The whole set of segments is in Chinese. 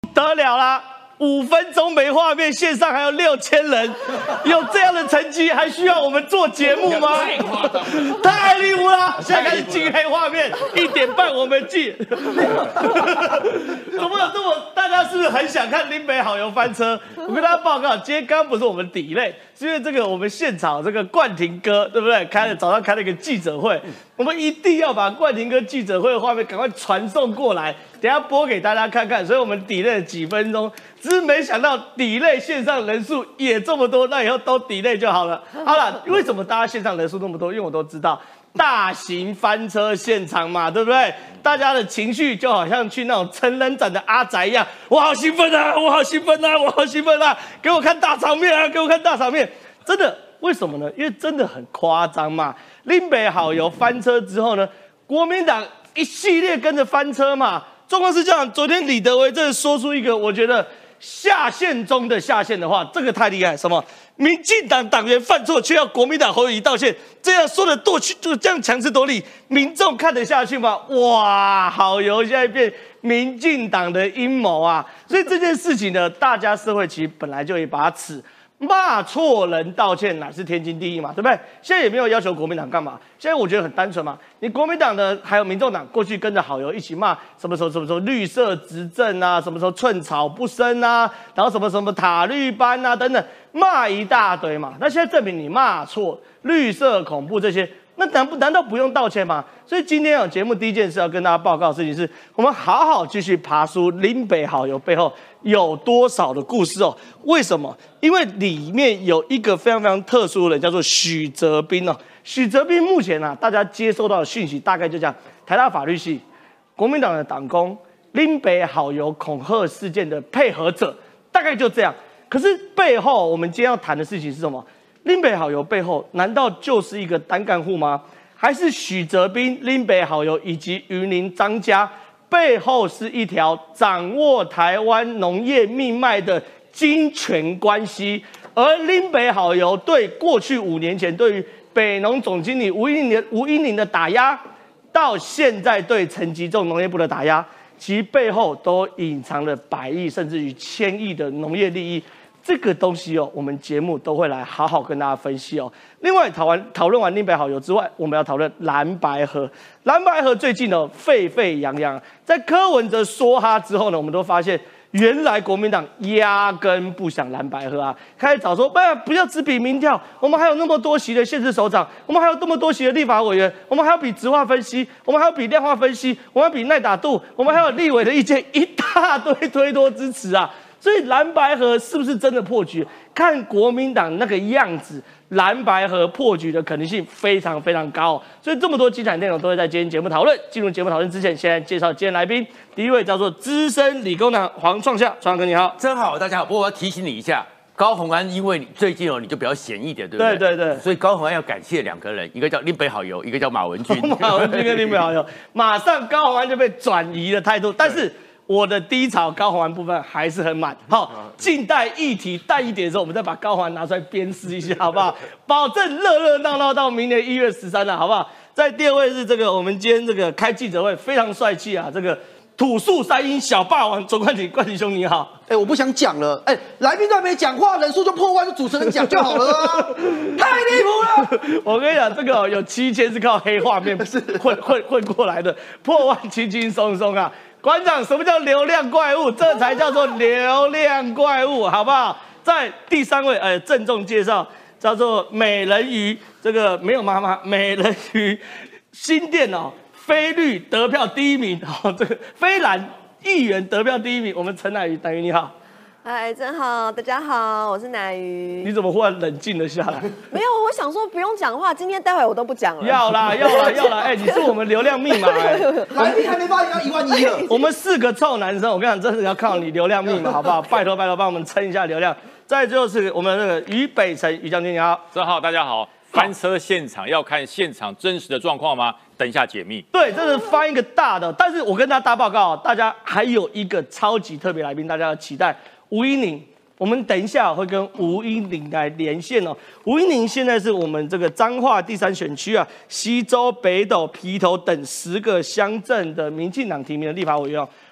得了啦！5分钟没画面，线上还有6000人，有这样的成绩，还需要我们做节目吗？ 太夸张了， 太离谱了！现在开始进黑画面，1点半我们进。怎么有这么？大家是不是很想看林北好友翻车？我跟大家报告，今天刚刚不是我们delay，是因为这个我们现场这个冠廷哥，对不对？早上开了一个记者会，我们一定要把冠廷哥记者会的画面赶快传送过来，等一下播给大家看看。所以我们delay了几分钟，只是没想到delay线上人数也这么多，那以后都delay就好了。好了，为什么大家线上人数那么多？因为我都知道。大型翻车现场嘛，对不对？大家的情绪就好像去那种成人展的阿宅一样，我好兴奋啊，我好兴奋啊，我好兴奋啊！给我看大场面啊，给我看大场面！真的，为什么呢？因为真的很夸张嘛。林北好友翻车之后呢，国民党一系列跟着翻车嘛。状况是这样，昨天李德维真的说出一个我觉得下线中的下线的话，这个太厉害。什么？民进党党员犯错，却要国民党侯友宜道歉，这样说的多去，就这样强词夺理，民众看得下去吗？哇，好友现在变民进党的阴谋啊！所以这件事情呢，大家社会其实本来就有一把尺。骂错人道歉乃是天经地义嘛，对不对？现在也没有要求国民党干嘛，现在我觉得很单纯嘛。你国民党的还有民众党过去跟着好友一起骂什么时候绿色执政啊，什么时候寸草不生啊，然后什么塔绿班啊等等，骂一大堆嘛。那现在证明你骂错绿色恐怖这些，那难道不用道歉吗？所以今天有节目第一件事要跟大家报告的事情是，我们好好继续爬出林北好友背后有多少的故事哦？为什么？因为里面有一个非常非常特殊的人，叫做许哲彬哦。许哲彬目前大家接收到的讯息大概就这样：台大法律系、国民党的党工、林北好友恐吓事件的配合者，大概就这样。可是背后我们今天要谈的事情是什么？林北好友背后难道就是一个单干户吗？还是许哲彬、林北好友以及云林张家背后是一条掌握台湾农业命脉的金权关系？而林北好友对过去5年前对于北农总经理吴英玲的打压，到现在对陈吉仲农业部的打压，其背后都隐藏了100亿甚至于1000亿的农业利益。这个东西哦，我们节目都会来好好跟大家分析哦。另外讨论完林北好友之外，我们要讨论蓝白合。蓝白合最近呢沸沸扬扬，在柯文哲说哈之后呢，我们都发现原来国民党压根不想蓝白合啊，开始找说不要只比民调，我们还有那么多席的县市首长，我们还有那么多席的立法委员，我们还要比质化分析，我们还要比量化分析，我们要比耐打度，我们还有立委的意见，一大堆推脱支持啊。所以蓝白合是不是真的破局？看国民党那个样子，蓝白合破局的可能性非常非常高哦。所以这么多精彩内容都会在今天节目讨论。进入节目讨论之前，先来介绍今天来宾。第一位叫做资深理工男黄创夏，创夏哥你好。 真好，大家好。不过我要提醒你一下，高虹安，因为你最近你就比较闲一点，对不对？ 对对对。 所以高虹安要感谢2个人，一个叫林北好友，一个叫马文君。 马文君跟林北好友，马上高虹安就被转移了态度，但是。我的低潮高虹安部分还是很满，好，静待议题淡一点的时候，我们再把高虹安拿出来鞭尸一下，好不好？保证热闹闹到明年1月13了，好不好？在第二位是这个，我们今天这个开记者会非常帅气啊，这个土树三英小霸王左冠廷兄你好。 我不想讲了，来宾都还没讲话，人数就破万，就主持人讲就好了啊，太离谱了！ 我跟你讲，这个有7000是靠黑画面混过来的，破万轻轻松松啊。馆长，什么叫流量怪物？这才叫做流量怪物，好不好？在第3位，郑重介绍，叫做美人鱼，这个没有妈妈，美人鱼新店非绿得票第1名，这个非蓝议员得票第1名，我们陈乃瑜，乃瑜你好。 嗨，真好，大家好，我是乃瑜。 你怎么忽然冷静了下来？ 没有，我想说不用讲话，今天待会我都不讲了。 要啦，你是我们流量密码来宾还没发言要11000了。 我们4个臭男生，我跟你讲，真的要靠你流量密码，好不好？拜托，帮我们撑一下流量。再就是我们那个于北辰于将军，你好。 真好，大家好。翻车现场要看现场真实的状况吗？等一下解密。 对，这是翻一个大的，但是我跟大家大报告，大家还有一个超级特别来宾，大家要期待吴英玲。我们等一下会跟吴英玲来连线哦。吴英玲现在是我们这个彰化第3选区西周、北斗、埤头等10个乡镇的民进党提名的立法委员哦。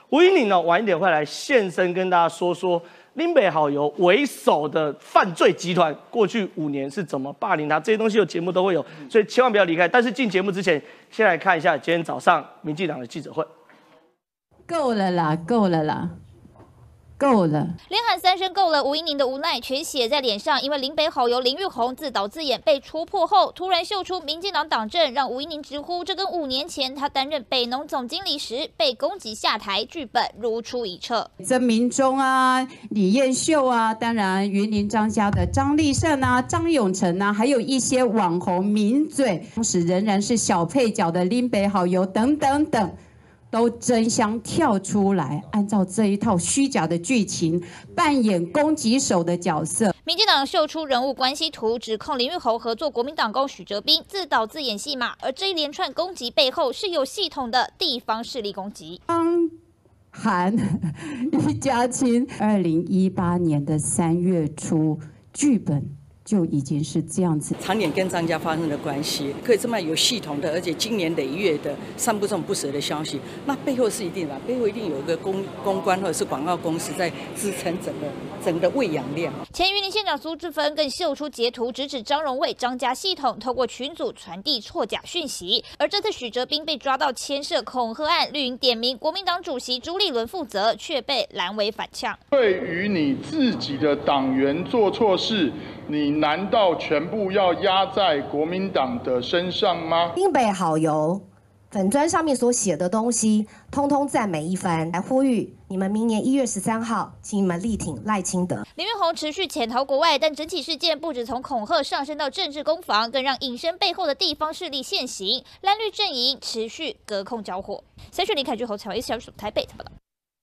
吴怡宁呢，晚一点会来现身跟大家说说林北好友为首的犯罪集团过去5年是怎么霸凌他，这些东西有节目都会有，所以千万不要离开。但是进节目之前，先来看一下今天早上民进党的记者会。 够了啦，够了啦。够了， 连喊3声够了，吴怡宁的无奈全写在脸上。因为林北好友林玉红自导自演被戳破后，突然秀出民进党党政，让吴怡宁直呼这跟5年前他担任北农总经理时被攻击下台剧本如出一辙。 曾明忠啊，李彦秀啊，当然云林张家的张立善啊、张永成啊，还有一些网红名嘴，当时仍然是小配角的林北好友等等等。都争相跳出来，按照这一套虚假的剧情扮演攻击手的角色。 民进党秀出人物关系图，指控林玉红合作国民党工许哲斌自导自演戏码，而这一连串攻击背后是有系统的地方势力攻击。 韩于家清，2018年的3月初，剧本就已经是这样子， 常年跟张家发生的关系，可以这么有系统的，而且经年累月的散布这种不实的消息，那背后是一定的，背后一定有一个公关或者是广告公司在支撑整个喂养链。 前云林县长苏志芬更秀出截图，直指张荣卫张家系统透过群组传递错假讯息。而这次许哲斌被抓到牵涉恐吓案，绿营点名国民党主席朱立伦负责，却被蓝委反呛。 对于你自己的党员做错事，你难道全部要压在国民党的身上吗？ 林北好友粉专上面所写的东西，通通赞美一番，来呼吁你们明年1月13号，请你们力挺赖清德。 林玉红持续潜逃国外，但整起事件不止从恐吓上升到政治攻防，更让隐身背后的地方势力现形，蓝绿阵营持续隔空交火。3讯林凯居侯采薇小组台北报道。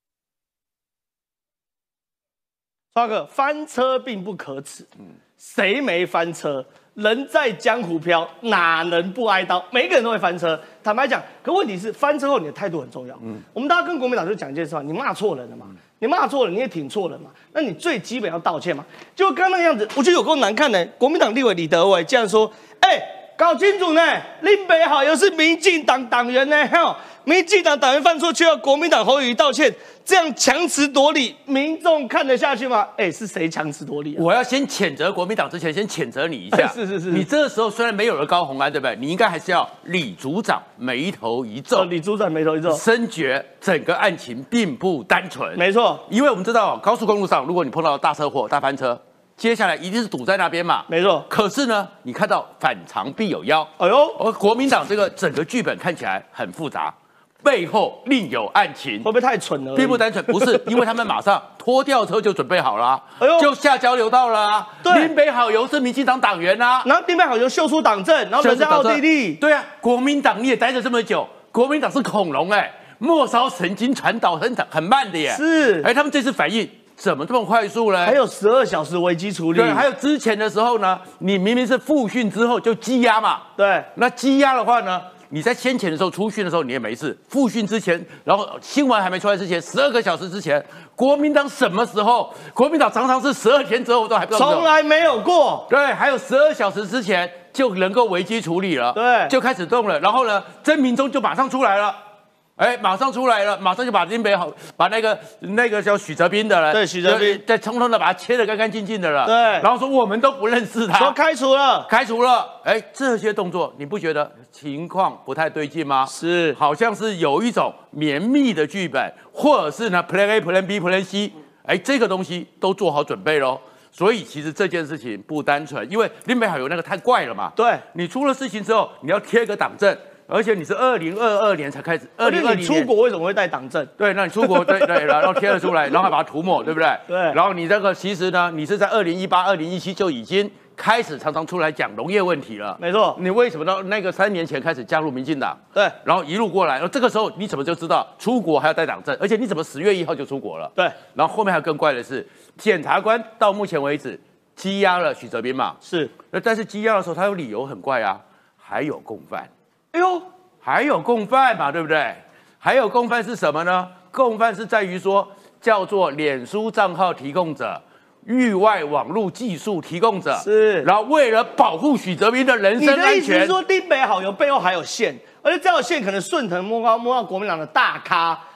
刷哥，翻车并不可耻，谁没翻车？人在江湖飘，哪能不挨刀？每个人都会翻车。坦白讲，可问题是翻车后你的态度很重要。我们大家跟国民党就讲一件事话：你骂错人了嘛？你骂错了，你也挺错人嘛？那你最基本要道歉嘛？就刚那个样子，我觉得有够难看的。国民党立委李德伟这样说：“搞清楚呢，林北好友是民进党党员呢，民进党党员犯错却要国民党侯友宜道歉，这样强词夺理，民众看得下去吗？是谁强词夺理啊？ 我要先谴责国民党之前，先谴责你一下。 是， 你这个时候虽然没有了高虹安，对不对？你应该还是要李组长眉头一皱。 李组长眉头一皱， 深觉整个案情并不单纯。 没错， 因为我们知道高速公路上，如果你碰到大车祸、大翻车，接下来一定是堵在那边嘛。 没错。 可是呢，你看到反常必有妖。而国民党这个整个剧本看起来很复杂。背后另有案情， 会不会太蠢了？ 并不单纯，不是，因为他们马上拖吊车就准备好了，就下交流道了。林北好友是民进党党员啊， 然后林北好友秀出党证，然后人在奥地利。 对啊，国民党你也待了这么久，国民党是恐龙末梢神经传导很慢的耶。 是， 他们这次反应怎么这么快速呢？ 还有12小时危机处理。 对，还有之前的时候呢，你明明是复讯之后就羁押嘛。 对， 那羁押的话呢？你在先前的时候出讯的时候你也没事，复讯之前，然后新闻还没出来之前，12个小时之前，国民党什么时候？国民党常常是12天之后都还不知道， 从来没有过。 对，还有12小时之前就能够危机处理了， 对， 就开始动了。然后呢，曾明忠就马上出来了。马上出来了，马上就把林北好，把那个叫许哲斌的了， 对，许哲斌， 再通通的把他切得干干净净的了， 对， 然后说我们都不认识他， 说开除了， 这些动作你不觉得情况不太对劲吗？ 是， 好像是有一种绵密的剧本，或者是呢 Plan A、Plan B、Plan C， 这个东西都做好准备咯。所以其实这件事情不单纯，因为林北好友那个太怪了嘛， 对， 你出了事情之后，你要贴个党证。而且你是2022年才开始，2020年你出国为什么会带党证？ 对，那你出国对，然后贴了出来，然后还把它涂抹，对不对？ 对。 然后你这个其实呢，你是在2018、2017就已经开始常常出来讲农业问题了。 没错。 你为什么到那个3年前开始加入民进党？ 对。 然后一路过来，然后这个时候你怎么就知道出国还要带党证？而且你怎么10月1号就出国了？ 对。 然后后面还有更怪的是，检察官到目前为止羁押了许哲斌嘛？ 是。 但是羁押的时候他有理由很怪啊，还有共犯。 还有共犯嘛，对不对？还有共犯是什么呢？共犯是在于说叫做脸书账号提供者、域外网络技术提供者， 是。 然后为了保护许哲斌的人身安全， 你的意思是说林北好友背后还有线，而且这条线可能顺藤摸到国民党的大咖，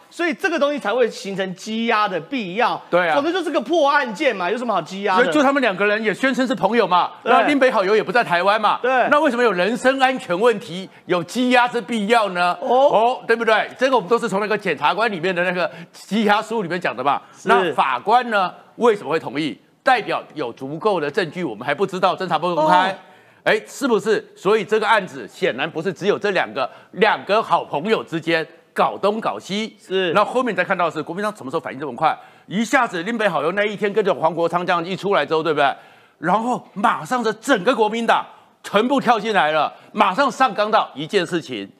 所以这个东西才会形成羁押的必要。 对啊， 否则就是个破案件嘛，有什么好羁押的？ 就他们2个人也宣称是朋友嘛，那林北好友也不在台湾嘛， 对， 那为什么有人身安全问题，有羁押之必要呢？对不对？这个我们都是从那个检察官里面的那个羁押书里面讲的嘛。那法官呢，为什么会同意？代表有足够的证据，我们还不知道，侦查不公开。是不是？所以这个案子显然不是只有这两个好朋友之间搞东搞西， 是。 然后后面再看到的是国民党什么时候反应这么快？一下子林北好友那一天跟着黄国昌这样一出来之后，对不对？然后马上的整个国民党全部跳进来了，马上上纲到一件事情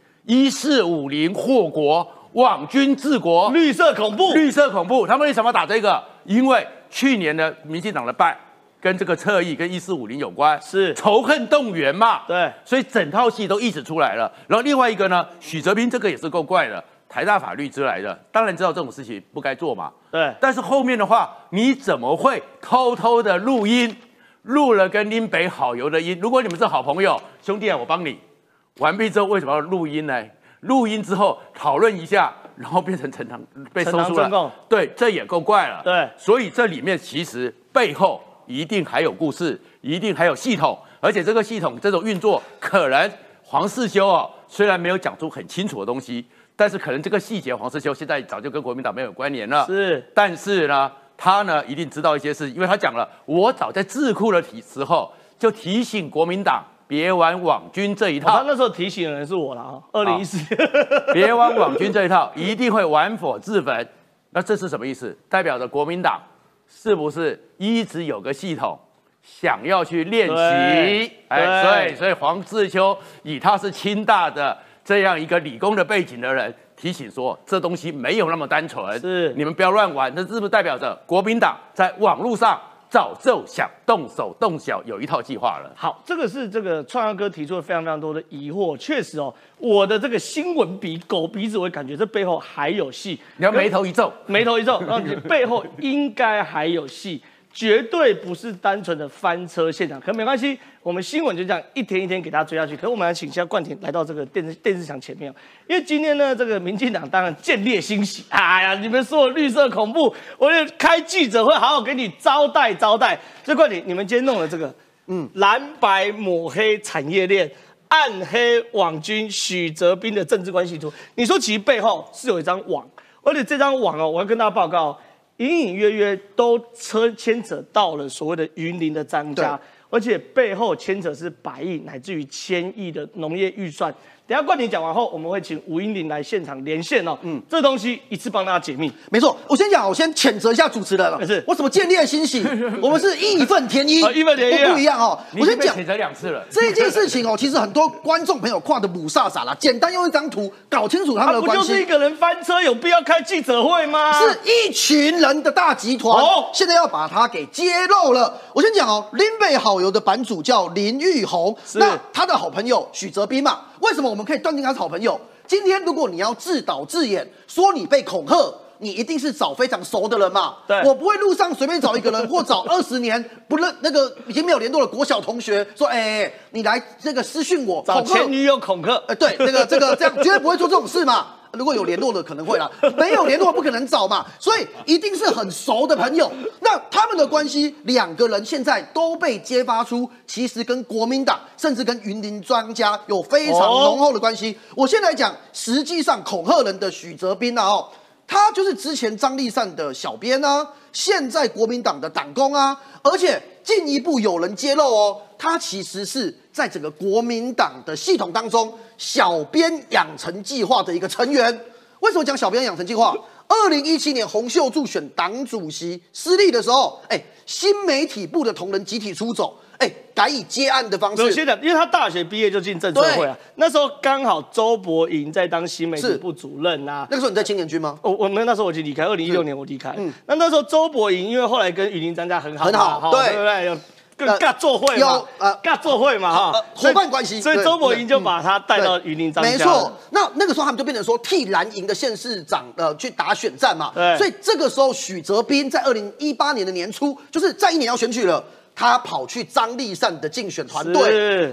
：1450祸国，网军治国， 绿色恐怖， 绿色恐怖。他们为什么要打这个？因为去年的民进党的败。跟这个侧翼跟1450有关， 是仇恨动员嘛？ 对， 所以整套戏都一直出来了。然后另外一个呢，许哲斌这个也是够怪的，台大法律之来的，当然知道这种事情不该做嘛。 对， 但是后面的话，你怎么会偷偷的录音，录了跟林北好友的音？如果你们是好朋友，兄弟啊，我帮你。完毕之后为什么要录音呢？录音之后讨论一下，然后变成呈堂被搜出来。对，这也够怪了。 对， 所以这里面其实背后。一定还有故事，一定还有系统，而且这个系统这种运作，可能黄世修虽然没有讲出很清楚的东西，但是可能这个细节黄世修现在早就跟国民党没有关联了。 是， 但是呢，他呢一定知道一些事，因为他讲了，我早在智库的时候就提醒国民党别玩网军这一套。 他那时候提醒的人是我了啊，2014， 别玩网军这一套，一定会玩火自焚。那这是什么意思？代表着国民党。是不是一直有个系统想要去练习？所以黄世修以他是清大的这样一个理工的背景的人，提醒说这东西没有那么单纯， 是你们不要乱玩。这是不是代表着国民党在网络上早就想动手动脚，有一套计划了？ 好，这个是这个创耀哥提出了非常非常多的疑惑，确实我的这个新闻比狗鼻子，我感觉这背后还有戏。 你要眉头一皱， 眉头一皱，然后你背后应该还有戏，绝对不是单纯的翻车现场。可没关系，我们新闻就这样一天一天给大家追下去。可是我们来请一下冠廷来到这个电视墙前面，因为今天呢，这个民进党当然见猎欣喜，哎呀，你们说绿色恐怖，我就开记者会好好给你招待。所以冠廷，你们今天弄了这个，蓝白抹黑产业链。暗黑网军许哲斌的政治关系图，你说其实背后是有一张网，而且这张网我要跟大家报告，隐隐约约都牵扯到了所谓的云林的张家，而且背后牵扯是100亿乃至于1000亿的农业预算。等一下冠廷讲完后，我们会请吴英玲来现场连线这东西一次帮大家解密。 没错，我先讲，我先谴责一下主持人了。我什么见猎欣喜，我们是义愤填膺， 义愤填膺不一样我先讲谴责2次了。 这件事情其实很多观众朋友跨的母萨萨啦，简单用一张图搞清楚他们的关系。 不就是一个人翻车，有必要开记者会吗？ 是一群人的大集团，现在要把它给揭露了。我先讲林北好友的版主叫林玉红，那他的好朋友许哲斌嘛。为什么我们可以断定他是好朋友？今天如果你要自导自演，说你被恐吓，你一定是找非常熟的人嘛。 对， 我不会路上随便找一个人，或找20年不认那个已经没有联络的国小同学说，你来这个私讯我， 找前女友恐吓。 对，这样绝对不会做这种事嘛。如果有联络的可能会啦，没有联络不可能找嘛，所以一定是很熟的朋友。那他们的关系，2个人现在都被揭发出，其实跟国民党甚至跟云林庄家有非常浓厚的关系。我先来讲，实际上恐吓人的许哲斌他就是之前张立善的小编现在国民党的党工而且进一步有人揭露他其实是在整个国民党的系统当中小编养成计划的一个成员。为什么讲小编养成计划？2017年洪秀柱选党主席失利的时候，新媒体部的同仁集体出走。改以接案的方式。 我先讲，因为他大学毕业就进政策会那时候刚好周伯莹在当新媒体部主任那个时候你在青年军吗？ 我们那时候我已经离开，2016年我离开。那时候周伯莹因为后来跟云林张家很好，对不对？有尬做会嘛，尬做会嘛伙伴关系。 所以周伯莹就把他带到云林张家。 没错，那个时候他们就变成说替蓝营的县市长去打选战嘛。所以这个时候许哲斌在2018年的年初，就是在1年要选举了。他跑去张立善的竞选团队，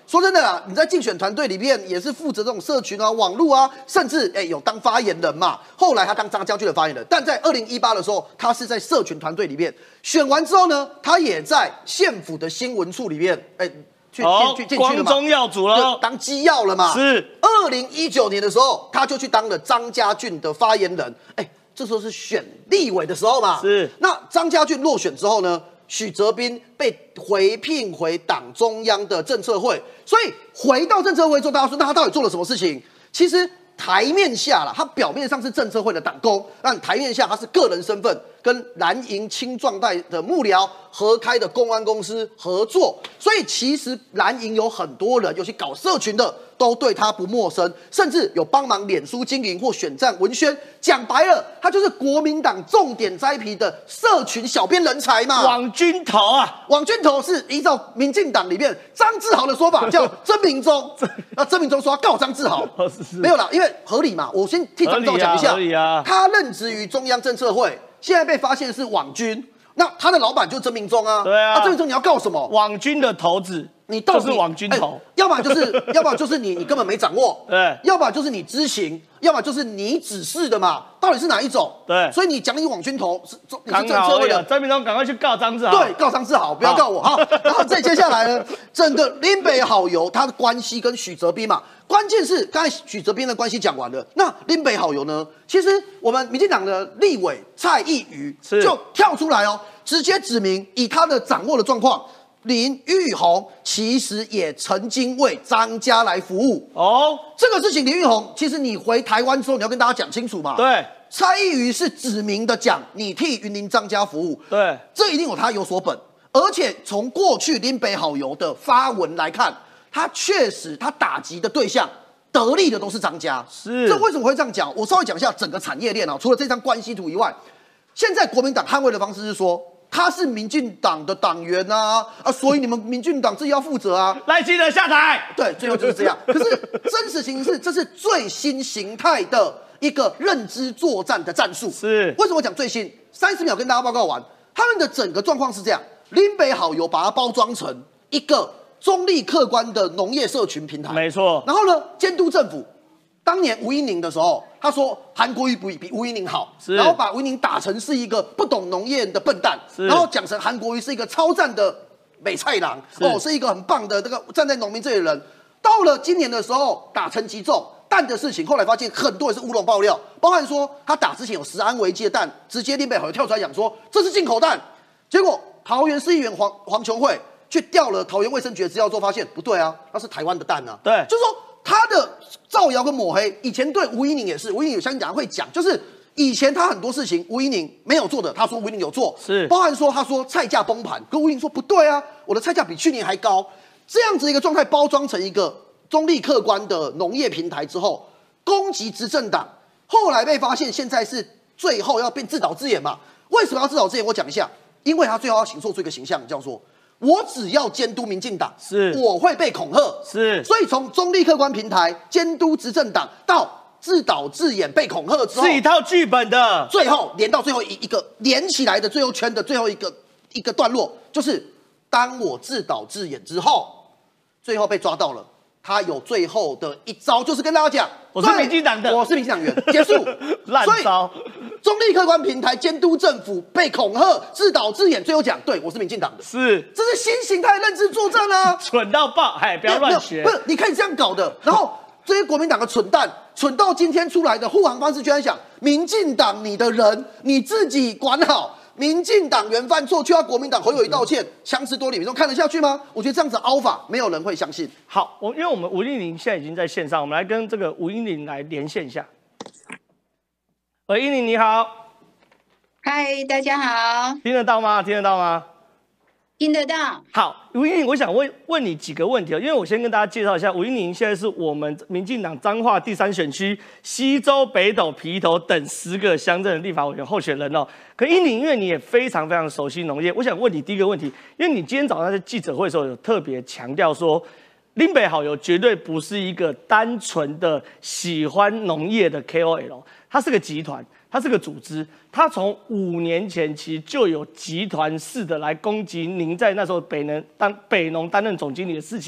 说真的啦，你在竞选团队里面也是负责这种社群啊、网络啊，甚至有当发言人嘛。后来他当张家俊的发言人，但在2018的时候，他是在社群团队里面选完之后呢，他也在县府的新闻处里面，进去了嘛， 光宗耀祖了， 当机要了嘛。 是 2019年的时候，他就去当了张家俊的发言人。这时候是选立委的时候嘛。 是。那张家俊落选之后呢，许哲斌被回聘回党中央的政策会，所以回到政策会之后，大家说那他到底做了什么事情？其实台面下啦，他表面上是政策会的党工，但台面下他是个人身份，跟蓝营青壮代的幕僚合开的公安公司合作，所以其实蓝营有很多人，尤其搞社群的，都对他不陌生，甚至有帮忙脸书经营或选战文宣。讲白了，他就是国民党重点栽培的社群小编人才嘛。 网军头啊， 网军头是依照民进党里面张志豪的说法叫曾明忠，那曾明忠说要告张志豪，没有啦，因为合理嘛。我先替张志豪讲一下， 合理啊， 他任职于中央政策会，现在被发现是网军。那他的老板就是曾明忠啊， 对啊， 曾明忠你要告什么？ 网军的头子， 你到底就是网军头， 要不然就是你根本没掌握， 对， 要不然就是你知情，要不然就是你指示的嘛，到底是哪一种？ 对， 所以你讲你网军头你是政策会的，曾明忠赶快去告张志豪， 对，告张志豪，不要告我哈。然后再接下来呢，整个林北好友他的关系跟许哲斌嘛。关键是刚才许哲斌的关系讲完了，那林北好友呢？其实我们民进党的立委蔡易余就跳出来哦，直接指明以他的掌握的状况，林玉红其实也曾经为张家来服务哦。这个事情，林玉红其实你回台湾之后，你要跟大家讲清楚嘛。 对， 蔡易余是指明的讲，你替云林张家服务， 对， 这一定有他有所本，而且从过去林北好友的发文来看。他确实，他打击的对象得利的都是张家， 是这为什么会这样讲？我稍微讲一下整个产业链啊。除了这张关系图以外，现在国民党捍卫的方式是说他是民进党的党员啊，所以你们民进党自己要负责啊。 赖清德下台， 对，最后就是这样。可是真实情形是，这是最新形态的一个认知作战的战术。 是为什么讲最新？30秒跟大家报告完，他们的整个状况是这样：林北好友把它包装成一个中立客观的农业社群平台， 没错。 然后呢，监督政府。当年吴怡宁的时候，他说韩国瑜比吴怡宁好，然后把吴怡宁打成是一个不懂农业的笨蛋，然后讲成韩国瑜是一个超赞的美菜郎，是一个很棒的这个站在农民这里的人。到了今年的时候，打成击中蛋的事情，后来发现很多也是乌龙爆料，包含说他打之前有食安危机的蛋，直接林北好友跳出来讲说这是进口蛋，结果桃园市议员黄琼慧。去调了桃园卫生局的资料之后，发现不对啊，那是台湾的蛋啊。 对， 就是说他的造谣跟抹黑，以前对吴怡宁也是，吴怡宁有相信讲会讲，就是以前他很多事情吴怡宁没有做的，他说吴怡宁有做， 是包含说他说菜价崩盘，跟吴怡宁说不对啊，我的菜价比去年还高，这样子一个状态包装成一个中立客观的农业平台之后，攻击执政党，后来被发现现在是最后要变自导自演嘛？为什么要自导自演？我讲一下，因为他最后要形塑出一个形象，叫做。我只要监督民进党，我会被恐吓，所以从中立客观平台监督执政党到自导自演被恐吓之后， 是一套剧本的。 最后连到最后一个连起来的最后圈的最后一个段落，就是当我自导自演之后，最后被抓到了。他有最后的一招，就是跟大家讲， 我是民进党的， 我是民进党员，结束。 烂招。 中立客观平台监督政府被恐吓，自导自演，最后讲，对我是民进党的，这是新形态认知作战啊， 蠢到爆，不要乱学， 不是，你可以这样搞的。然后这些国民党的蠢蛋，蠢到今天出来的护航方式，居然想民进党你的人你自己管好。民进党员犯错，却要国民党侯友宜道歉，强词夺理，民众看得下去吗？我觉得这样子凹法，没有人会相信。 好，因为我们吴音玲现在已经在线上，我们来跟这个吴音玲来连线一下。喂，音玲你好。 嗨，大家好。 听得到吗？听得到吗？ 听得到。 好，吴音玲，我想问你几个问题，因为我先跟大家介绍一下，吴音玲现在是我们民进党彰化第3选区西周、北斗、埤头等10个乡镇的立法委员候选人哦。可音玲，因为你也非常熟悉农业，我想问你第一个问题，因为你今天早上在记者会的时候有特别强调说，林北好友绝对不是一个单纯的喜欢农业的 KOL， 它是个集团。它是个组织，它从5年前其实就有集团式的来攻击您在那时候北农担任总经理的事情，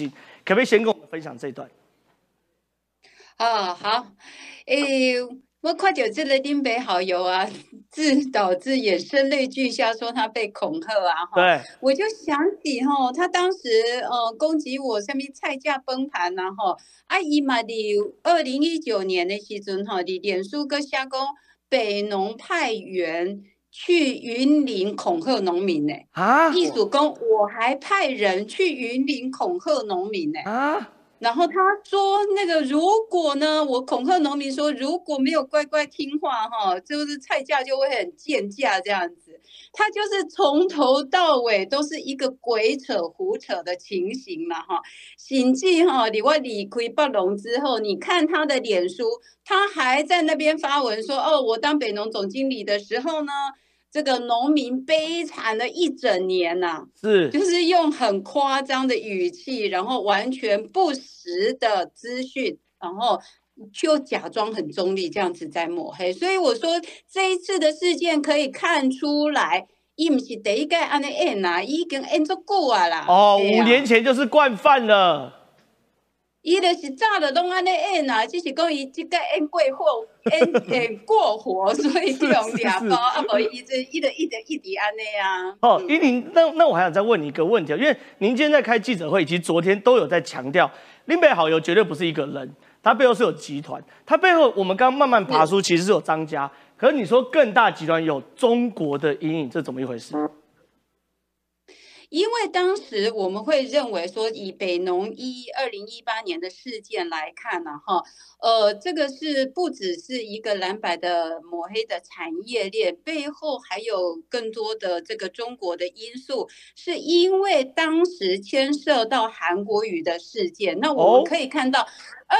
可不可以先跟我们分享这一段？ 好，我看到这个林北好友啊，自导自演，声泪俱下，说他被恐吓啊， 对， 我就想起他当时攻击我什么菜价崩盘然后伊嘛伫2019年的时阵伫脸书跟下讲北农派员去云林恐吓农民呢艺术工我还派人去云林恐吓农民呢然后他说那个如果呢，我恐吓农民说如果没有乖乖听话就是菜价就会很贱价这样子。他就是从头到尾都是一个鬼扯胡扯的情形嘛甚至我离开北农之后，你看他的脸书，他还在那边发文说我当北农总经理的时候呢。这个农民悲惨了一整年呐，就是用很夸张的语气，然后完全不实的资讯，然后就假装很中立，这样子在抹黑。所以我说这一次的事件可以看出来，伊不是第一届安尼演啦，已经演足久啊啦。 5年前就是惯犯了。 伊就是早就拢安尼演啦，只是讲伊即个演过火，演过火，所以用俩包啊，无伊就一直安尼啊。 依林，那我还想再问你一个问题，因为您今天在开记者会，以及昨天都有在强调，林北好友绝对不是一个人，他背后是有集团，他背后我们刚慢慢爬出，其实是有张家，可是你说更大集团有中国的阴影，这怎么一回事？ 因为当时我们会认为说，以北农2018年的事件来看呢，这个是不只是一个蓝白的抹黑的产业链，背后还有更多的这个中国的因素，是因为当时牵涉到韩国瑜的事件。那我们可以看到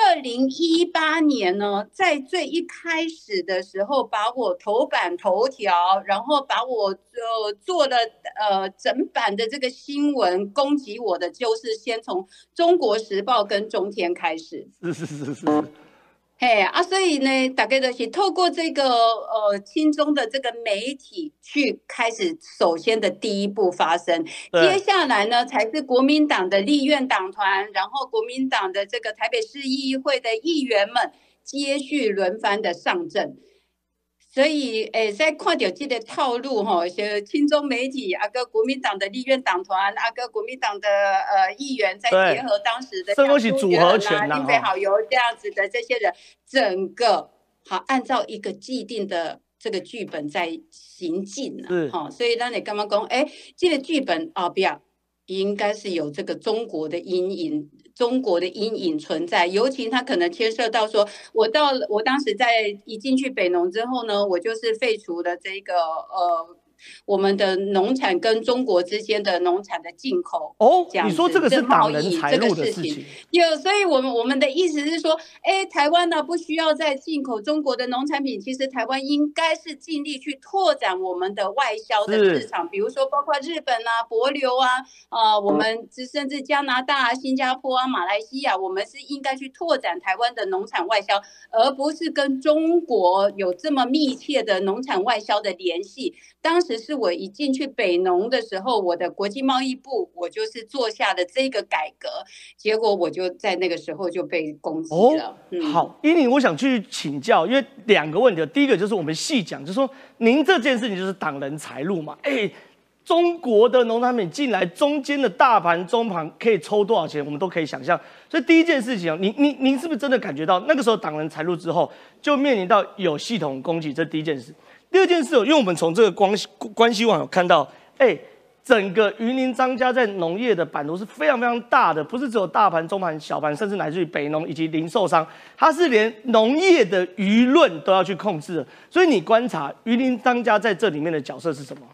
，2018年呢，在最一开始的时候，把我头版头条，然后把我做了整版的这个新闻攻击我的，就是先从《中国时报》跟中天开始。 是。 所以呢，大概就是透过这个亲中的这个媒体去开始首先的第一步发生，接下来呢才是国民党的立院党团，然后国民党的这个台北市议会的议员们接续轮番的上阵。所以，在看到这个套路是亲中媒体跟国民党的立院党团跟国民党的议员，再结合当时的组合拳林北好友这样子的这些人，整个按照一个既定的这个剧本在行进所以咱你刚刚讲，这个剧本不要应该是有这个中国的阴影存在，尤其它可能牵涉到说，我当时一进去北农之后呢，我就是废除了这个我们的农产跟中国之间的农产的进口你说这个是党人财路的事情， 所以我们的意思是说，台湾呢不需要再进口中国的农产品，其实台湾应该是尽力去拓展我们的外销的市场，比如说包括日本啊、帛琉我们甚至加拿大、新加坡马来西亚，我们是应该去拓展台湾的农产外销，而不是跟中国有这么密切的农产外销的联系。当时是我一进去北农的时候，我的国际贸易部我就是做下的这个改革，结果我就在那个时候就被攻击了。 好，依林，我想去请教，因为2个问题，第一个就是我们细讲，就是说您这件事情就是党人财路嘛，中国的农产品进来，中间的大盘、中盘可以抽多少钱，我们都可以想象。所以第一件事情您是不是真的感觉到那个时候党人财路之后，就面临到有系统攻击？这第一件事。第二件事，因为我们从这个关系网有看到，整个云林张家在农业的版图是非常非常大的，不是只有大盘、中盘、小盘，甚至乃至于北农以及零售商，它是连农业的舆论都要去控制的。所以你观察云林张家在这里面的角色是什么？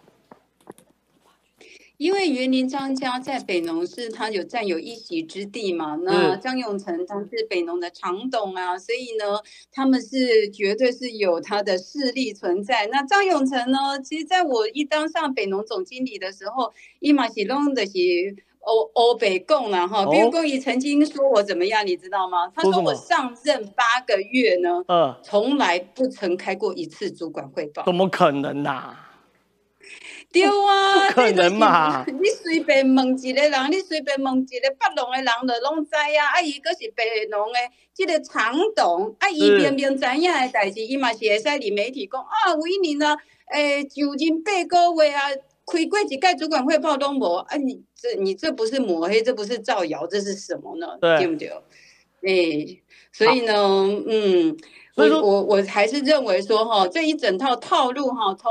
因为云林张家在北农是他占有一席之地嘛，那张永成他是北农的常董啊，所以呢，他们是绝对是有他的势力存在。那张永成呢，其实在我一当上北农总经理的时候，伊嘛是弄的是欧北共啦哈，比如说伊曾经说我怎么样，你知道吗？他说我上任8个月呢，从来不曾开过一次主管汇报。 怎么可能啊？ 对啊， 可能嘛？ 你随便问一个人，你随便问一个北农的人，就拢知啊。啊，伊佫是北农的这个常董，啊，伊明明知影的代志，伊嘛是会使伫媒体讲啊，有一年啊，就任8个月啊，开过一届主管汇报都无啊，你这不是抹黑，这不是造谣，这是什么呢？对不对？所以呢，我还是认为说哈，这一整套套路哈，从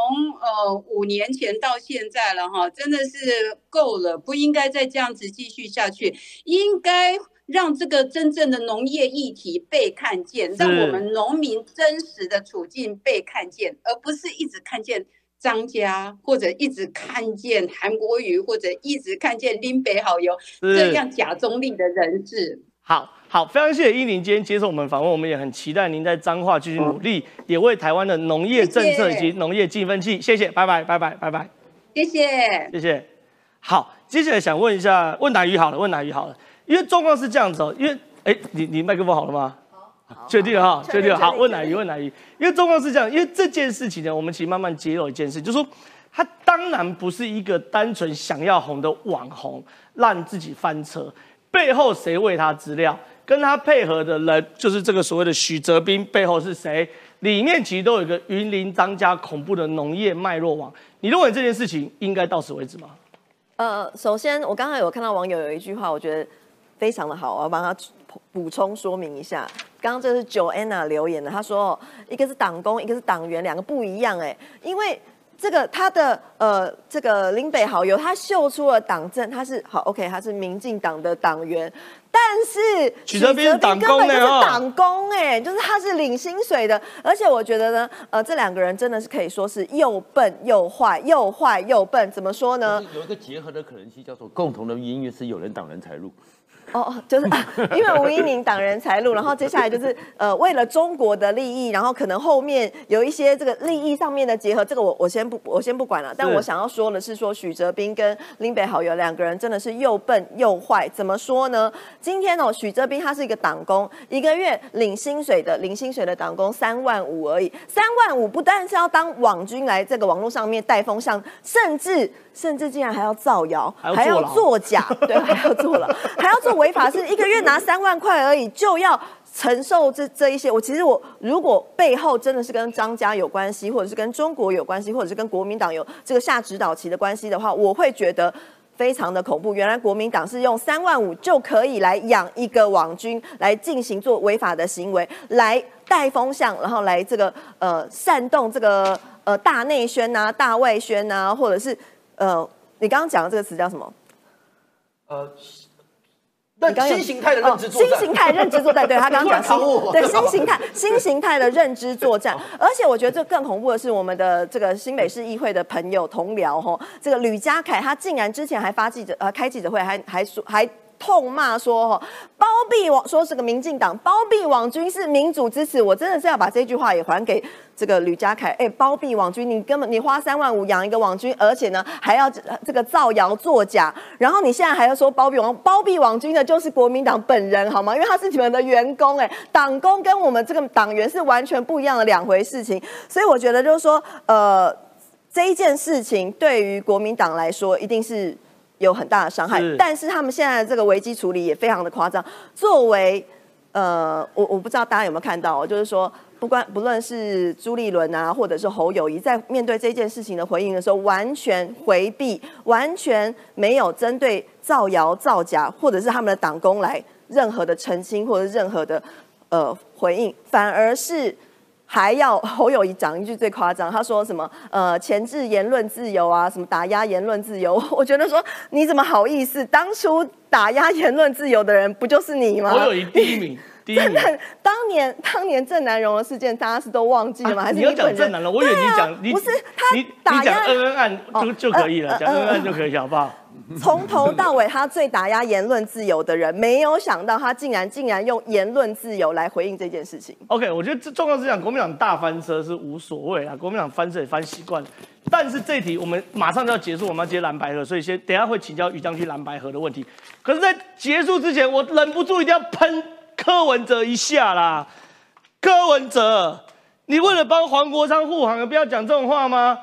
5年前到现在了哈，真的是够了，不应该再这样子继续下去，应该让这个真正的农业议题被看见，让我们农民真实的处境被看见，而不是一直看见张家，或者一直看见韩国瑜，或者一直看见林北好友这样假中立的人士。 好，非常谢谢依宁今天接受我们访问，我们也很期待您在彰化继续努力，也为台湾的农业政策以及农业尽一份力。谢谢，拜拜。谢谢。好，接下来想问一下，问乃瑜好了，因为状况是这样子因为你麦克风好了吗？确定了。好，问乃瑜，因为状况是这样，因为这件事情呢，我们其实慢慢揭露一件事，就是说他当然不是一个单纯想要红的网红，让自己翻车。背后谁为他资料，跟他配合的人，就是这个所谓的许哲彬，背后是谁？里面其实都有一个云林张家恐怖的农业脉络网。你认为这件事情应该到此为止吗？ 首先我刚才有看到网友有一句话，我觉得非常的好，我要帮他补充说明一下。刚刚这是 Joanna 留言的，他说一个是党工，一个是党员，两个不一样因为。这个他的这个林北好友，他秀出了党证，他是好 OK， 他是民进党的党员，但是许哲彬根本就是党工就是他是领薪水的，而且我觉得呢，这两个人真的是可以说是又笨又坏，又坏又笨，怎么说呢？ 有一个结合的可能性，叫做共同的因缘是有人挡人财路。 就是因为吴怡宁挡人财路，然后接下来就是为了中国的利益，然后可能后面有一些这个利益上面的结合，这个我先不管了。但我想要说的是说许哲彬跟林北好友两个人真的是又笨又坏。怎么说呢？今天许哲彬他是一个党工，一个月领薪水的党工3万5而已，3万5不但是要当网军来这个网络上面带风向，甚至竟然还要造谣，还要作假，对，还要坐牢，还要做违法事，一个月拿3万块而已，就要承受这一些。我如果背后真的是跟张家有关系，或者是跟中国有关系，或者是跟国民党有这个下指导棋的关系的话，我会觉得非常的恐怖。原来国民党是用3万5就可以来养一个网军，来进行做违法的行为，来带风向，然后来这个煽动这个大内宣啊、大外宣啊，或者是你刚刚讲的这个词叫什么？ 新形态的认知作战。 新形态认知作战，对他刚刚讲新形态的认知作战。而且我觉得这更恐怖的是，我们的这个新北市议会的朋友同僚这个吕家凯，他竟然之前还开记者会，还痛骂说包庇说这个民进党包庇网军是民主支持，我真的是要把这句话也还给这个吕家凯。包庇网军，你花3万5养一个网军，而且呢还要这个造谣作假，然后你现在还要说包庇网军的就是国民党本人好吗？因为他是你们的员工党工跟我们这个党员是完全不一样的两回事情，所以我觉得就是说这一件事情对于国民党来说一定是有很大的伤害，但是他们现在的这个危机处理也非常的夸张。作为我不知道大家有没有看到就是说不论是朱立伦啊，或者是侯友宜，在面对这件事情的回应的时候，完全回避，完全没有针对造谣造假或者是他们的党工来任何的澄清或者任何的回应，反而是还要侯友宜讲一句最夸张，他说什么钳制言论自由啊，什么打压言论自由。我觉得说你怎么好意思？当初打压言论自由的人不就是你吗？ 侯友宜第一名。 真的，当年郑南榕的事件，大家是都忘记了吗？还是你要讲郑南榕？我以为你讲不是他打压恩恩案就可以了，讲恩恩案就可以了，好不好？ 从头到尾，他最打压言论自由的人，没有想到他竟然用言论自由来回应这件事情。 OK， 我觉得这状况是讲国民党大翻车是无所谓啦，国民党翻车也翻习惯了。但是这一题我们马上就要结束，我们要接蓝白合，所以等一下会请教于将军蓝白合的问题。可是，在结束之前，我忍不住一定要喷柯文哲一下啦！柯文哲，你为了帮黄国昌护航，不要讲这种话吗？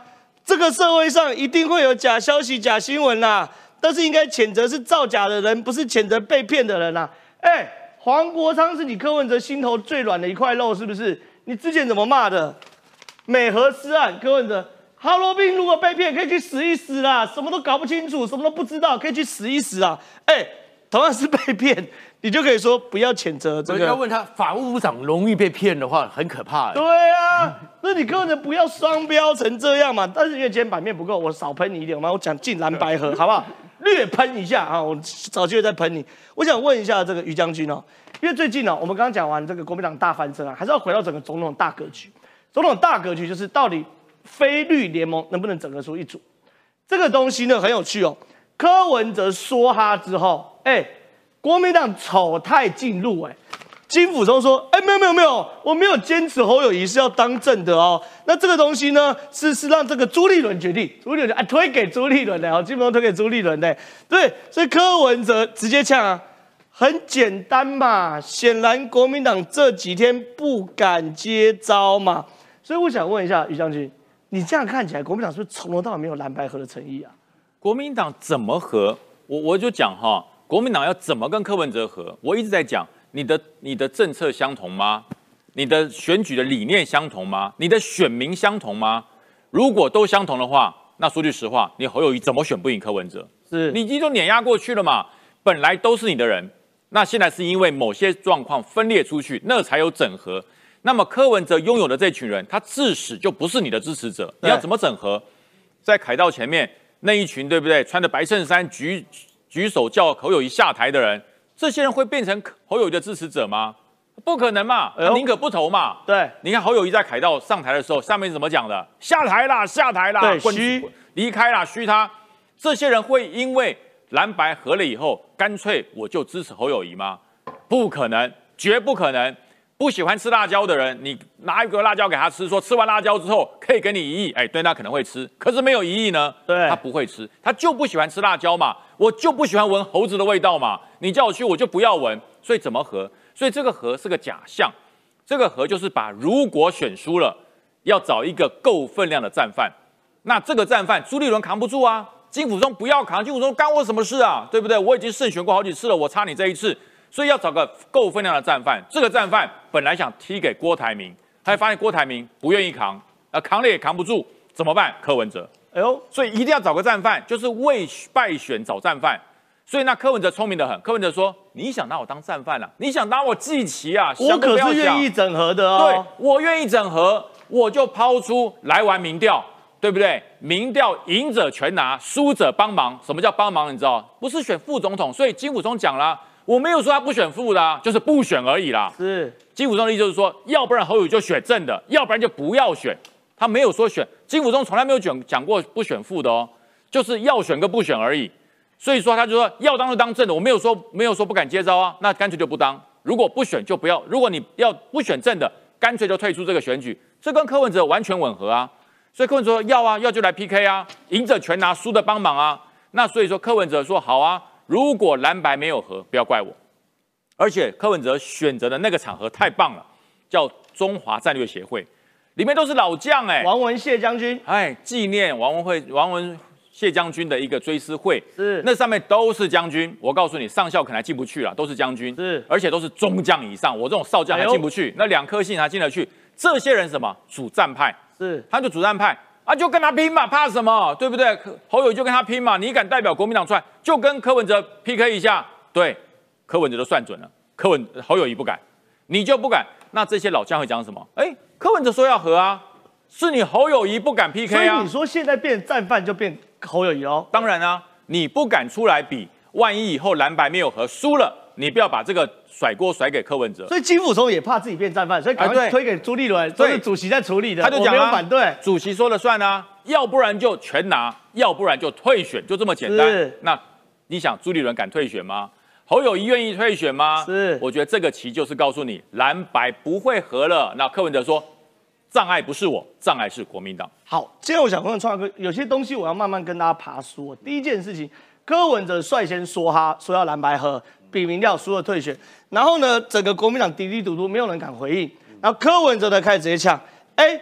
这个社会上一定会有假消息、假新闻啦，但是应该谴责是造假的人，不是谴责被骗的人啦。黄国昌是你柯文哲心头最软的一块肉，是不是？你之前怎么骂的？美和尸案，柯文哲，哈罗宾如果被骗，可以去死一死啦，什么都搞不清楚，什么都不知道，可以去死一死啊！同样是被骗，你就可以说不要谴责这个。 要问他，法务部长容易被骗的话，很可怕。 对啊，那你柯文哲不要双标成这样嘛？但是因为今天版面不够，我少喷你一点嘛，我讲进蓝白河，好不好？略喷一下啊，我找机会再喷你。我想问一下这个于将军哦，因为最近哦，我们刚刚讲完这个国民党大翻身啊，还是要回到整个总统大格局。总统大格局就是到底非绿联盟能不能整合出一组？这个东西呢很有趣哦。柯文哲说哈之后，国民党丑态尽露，金溥聪说，没有，我没有坚持侯友宜是要当正的哦。那这个东西呢，是让这个朱立伦决定，朱立伦推给朱立伦的，金溥聪推给朱立伦的，对，所以柯文哲直接呛啊，很简单嘛，显然国民党这几天不敢接招嘛。所以我想问一下于将军，你这样看起来，国民党是不是从头到尾没有蓝白合的诚意啊？ 国民党怎么合？我就讲哈，国民党要怎么跟柯文哲合？我一直在讲，你的政策相同吗？你的选举的理念相同吗？你的选民相同吗？如果都相同的话，那说句实话，你侯友宜怎么选不赢柯文哲？ 是你已经都碾压过去了嘛？本来都是你的人，那现在是因为某些状况分裂出去，那才有整合。那么柯文哲拥有的这群人，他自始就不是你的支持者，你要怎么整合？在凯道前面那一群，对不对？穿着白衬衫举手叫侯友宜下台的人，这些人会变成侯友宜的支持者吗？不可能嘛，宁可不投嘛。 对， 你看侯友宜在凯道上台的时候，上面怎么讲的？下台啦，下台啦， 对， 虚离开啦，虚他。这些人会因为蓝白合了以后，干脆我就支持侯友宜吗？不可能，绝不可能。不喜欢吃辣椒的人，你拿一个辣椒给他吃，说吃完辣椒之后可以给你1亿，对，他可能会吃。可是没有1亿呢， 对， 他不会吃，他就不喜欢吃辣椒嘛，我就不喜欢闻猴子的味道嘛。你叫我去，我就不要闻。所以怎么合？所以这个合是个假象，这个合就是把如果选输了，要找一个够分量的战犯。那这个战犯朱立伦扛不住啊，金溥聪不要扛，金溥聪干我什么事啊？对不对？我已经胜选过好几次了，我差你这一次。所以要找个够分量的战犯，这个战犯本来想踢给郭台铭，他发现郭台铭不愿意扛，扛了也扛不住，怎么办？柯文哲，所以一定要找个战犯，就是为败选找战犯。所以那柯文哲聪明得很，柯文哲说：“你想拿我当战犯啊？你想拿我祭旗啊？ 我可是愿意整合的哦。 对，我愿意整合，我就抛出来玩民调，对不对？民调赢者全拿，输者帮忙。什么叫帮忙？你知道？不是选副总统，所以金溥聪讲了。”我没有说他不选副的啊，就是不选而已啦。 是金溥聪的意思就是说，要不然侯友宜就选正的，要不然就不要选。他没有说选，金溥聪从来没有讲过不选副的哦，就是要选跟不选而已。所以说他就说要当就当正的，我没有说不敢接招啊，那干脆就不当。如果不选就不要，如果你要不选正的，干脆就退出这个选举。这跟柯文哲完全吻合啊。所以柯文哲说要啊，要就来 PK 啊，赢者全拿，输的帮忙啊。那所以说柯文哲说好啊。如果蓝白没有合，不要怪我。而且柯文哲选择的那个场合太棒了，叫中华战略协会，里面都是老将王文谢将军， 纪念王文谢将军的一个追思会， 是那上面都是将军。我告诉你，上校可能还进不去了，都是将军， 是而且都是中将以上，我这种少将还进不去，那2颗星还进得去。这些人什么主战派， 是他就主战派。就跟他拼嘛，怕什么？对不对？侯友宜就跟他拼嘛，你敢代表国民党出来，就跟柯文哲 PK 一下。对，柯文哲都算准了，侯友宜不敢，你就不敢。那这些老将会讲什么？柯文哲说要和啊，是你侯友宜不敢 PK 啊。 所以你说现在变战犯就变侯友宜哦？ 当然啊，你不敢出来比，万一以后蓝白没有和输了，你不要把这个甩锅甩给柯文哲。 所以金溥聪也怕自己变战犯，所以赶快推给朱立伦，都是主席在处理的。 他就讲没有反对， 主席说了算啊，要不然就全拿，要不然就退选，就这么简单。那你想朱立伦敢退选吗？侯友宜愿意退选吗？ 是， 我觉得这个棋就是告诉你，蓝白不会合了。那柯文哲说，障碍不是我，障碍是国民党。 好，今天我想问创哥，有些东西我要慢慢跟大家爬梳。第一件事情，柯文哲率先说要蓝白合。比民调输了退选，然后呢，整个国民党嘀嘀嘟嘟，没有人敢回应。然后柯文哲呢开始直接呛，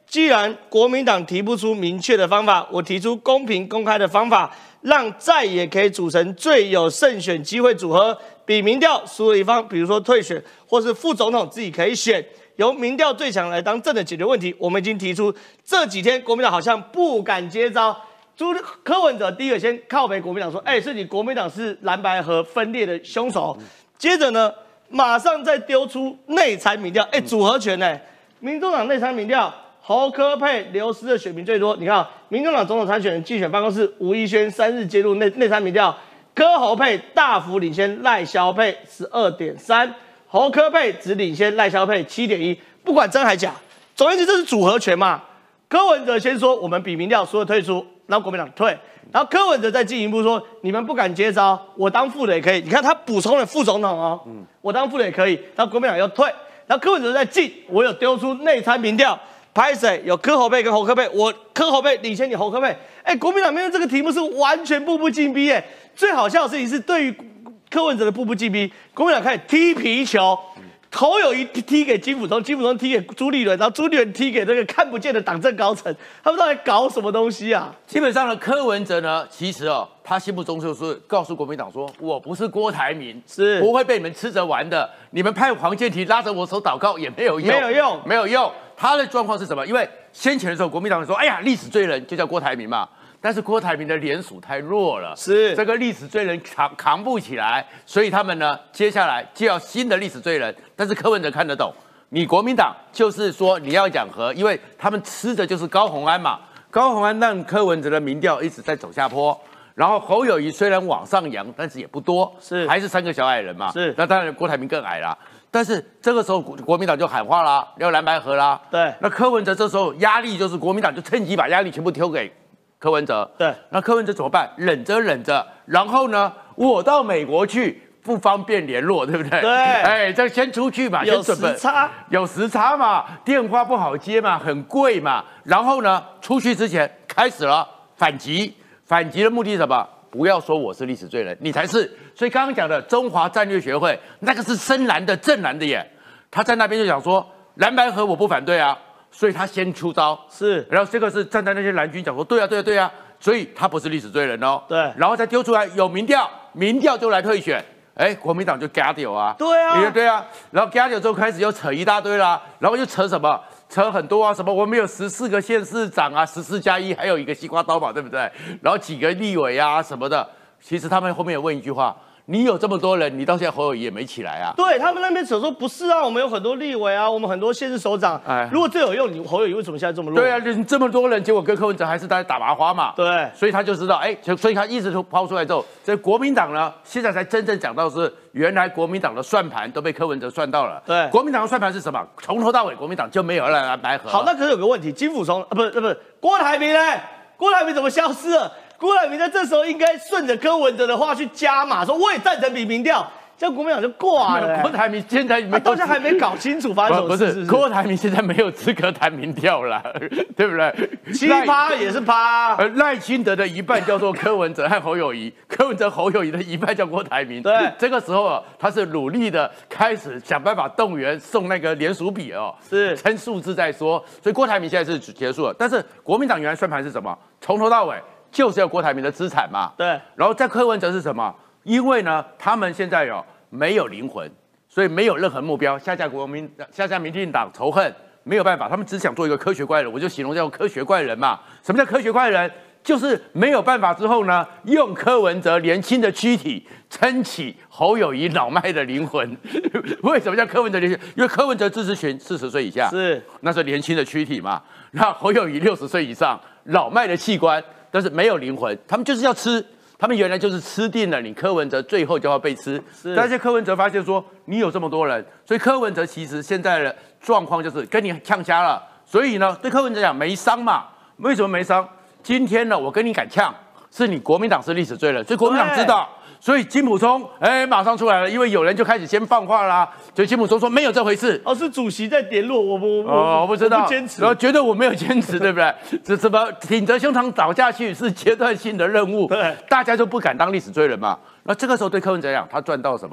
既然国民党提不出明确的方法，我提出公平公开的方法，让在野可以组成最有胜选机会组合，比民调输了一方，比如说退选，或是副总统自己可以选，由民调最强来当正的解决问题。我们已经提出，这几天国民党好像不敢接招。柯文哲第一个先靠北国民党说，是你国民党是蓝白合分裂的凶手。接着呢，马上再丢出内参民调，组合拳呢，民众党内参民调。侯柯配流失的选民最多，你看，民众党总统参选人竞选办公室吴怡轩3日揭露内参民调，柯侯配大幅领先赖萧配12.3%，侯柯配只领先赖萧配7.1%，不管真还假，总而言之这是组合拳嘛。柯文哲先说我们比民调所有退出，然后国民党退，然后柯文哲再进一步说你们不敢接招，我当副的也可以。你看他补充了副总统哦，我当副的也可以，然后国民党又退，然后柯文哲再进，我有丢出内参民调。拍谁有柯侯配跟侯柯配，我柯侯配领先你侯柯配，国民党面对这个题目是完全步步进逼，最好笑的事情是对于柯文哲的步步进逼，国民党开始踢皮球，侯友宜踢给金溥聪，金溥聪踢给朱立伦，然后朱立伦踢给这个看不见的党政高层，他们到底搞什么东西啊？ 基本上呢，柯文哲呢，其实他心目中就是告诉国民党说，我不是郭台铭， 是不会被你们吃着玩的，你们派黄健庭拉着我手祷告也没有用，没有用。他的状况是什么？因为先前的时候，国民党说，历史罪人就叫郭台铭嘛。但是郭台铭的联署太弱了， 是这个历史罪人扛不起来，所以他们呢，接下来就要新的历史罪人。但是柯文哲看得懂，你国民党就是说你要讲和，因为他们吃的就是高虹安嘛。高虹安让柯文哲的民调一直在走下坡，然后侯友宜虽然往上扬，但是也不多，还是3个小矮人嘛。那当然郭台铭更矮啦。但是这个时候国民党就喊话啦，要蓝白合啦。 对， 那柯文哲这时候压力就是国民党就趁机把压力全部丢给柯文哲。 对， 那柯文哲怎么办？忍着，然后呢，我到美国去不方便联络，对不对？ 对， 这先出去嘛， 有时差， 有时差嘛，电话不好接嘛，很贵嘛。然后呢，出去之前开始了反击的目的是什么？不要说我是历史罪人，你才是。所以刚刚讲的中华战略学会，那个是深蓝的、正蓝的耶。他在那边就讲说，蓝白合我不反对啊，所以他先出招。 是， 然后这个是站在那些蓝军讲说，对啊，所以他不是历史罪人哦。 对， 然后再丢出来有民调就来退选。国民党就嘎掉啊。 对啊，然后嘎掉之后开始又扯一大堆啦，然后又扯什么？扯很多啊，什么我们有14个县市长啊，14+1，还有一个西瓜刀嘛，对不对？然后几个立委啊什么的，其实他们后面有问一句话：你有这么多人，你到现在侯友宜也没起来啊？ 对他们那边只说不是啊，我们有很多立委啊，我们很多县市首长。如果这有用，你侯友宜为什么现在这么弱？ 对啊，这么多人，结果跟柯文哲还是在打麻花嘛。 对， 所以他就知道，所以他一直抛出来之后，所以国民党呢，现在才真正讲到是原来国民党的算盘都被柯文哲算到了。 对， 国民党的算盘是什么？从头到尾国民党就没有蓝白合。 好，那可是有个问题，金溥聪不是郭台铭呢？郭台铭怎么消失了？郭台铭在这时候应该顺着柯文哲的话去加码，说我也赞成比民调，这样国民党就挂了。 郭台铭现在到现在还没搞清楚发生什么事。 不是，郭台铭现在没有资格谈民调了，对不对 ？7%也是趴。 赖清德的一半叫做柯文哲和侯友宜，柯文哲、侯友宜的一半叫郭台铭。 对， 这个时候他是努力的开始想办法动员送那个联署笔是称数字再说。所以郭台铭现在是结束了，但是国民党原来算盘是什么？从头到尾就是要郭台铭的资产嘛。 对， 然后在柯文哲是什么？因为呢，他们现在没有灵魂，所以没有任何目标，下架民进党仇恨没有办法，他们只想做一个科学怪人，我就形容叫科学怪人嘛。什么叫科学怪人？就是没有办法之后呢，用柯文哲年轻的躯体撑起侯友宜老迈的灵魂。为什么叫柯文哲年轻？因为柯文哲支持群40岁以下，那是年轻的躯体嘛。那侯友宜60岁以上，老迈的器官，但是没有灵魂，他们就是要吃。他们原来就是吃定了你柯文哲，最后就要被吃。但是柯文哲发现说，你有这么多人，所以柯文哲其实现在的状况就是跟你呛瞎了。所以呢，对柯文哲讲没伤嘛？为什么没伤？今天呢，我跟你敢呛，是你国民党是历史罪人，所以国民党知道。所以金溥聪马上出来了，因为有人就开始先放话啦。所以金溥聪说没有这回事， 是主席在联络我不知道， 不坚持， 然后觉得我没有坚持，对不对？这什么挺着胸膛倒下去是阶段性的任务， 对， 大家就不敢当历史罪人嘛。那这个时候对柯文哲讲，他赚到什么？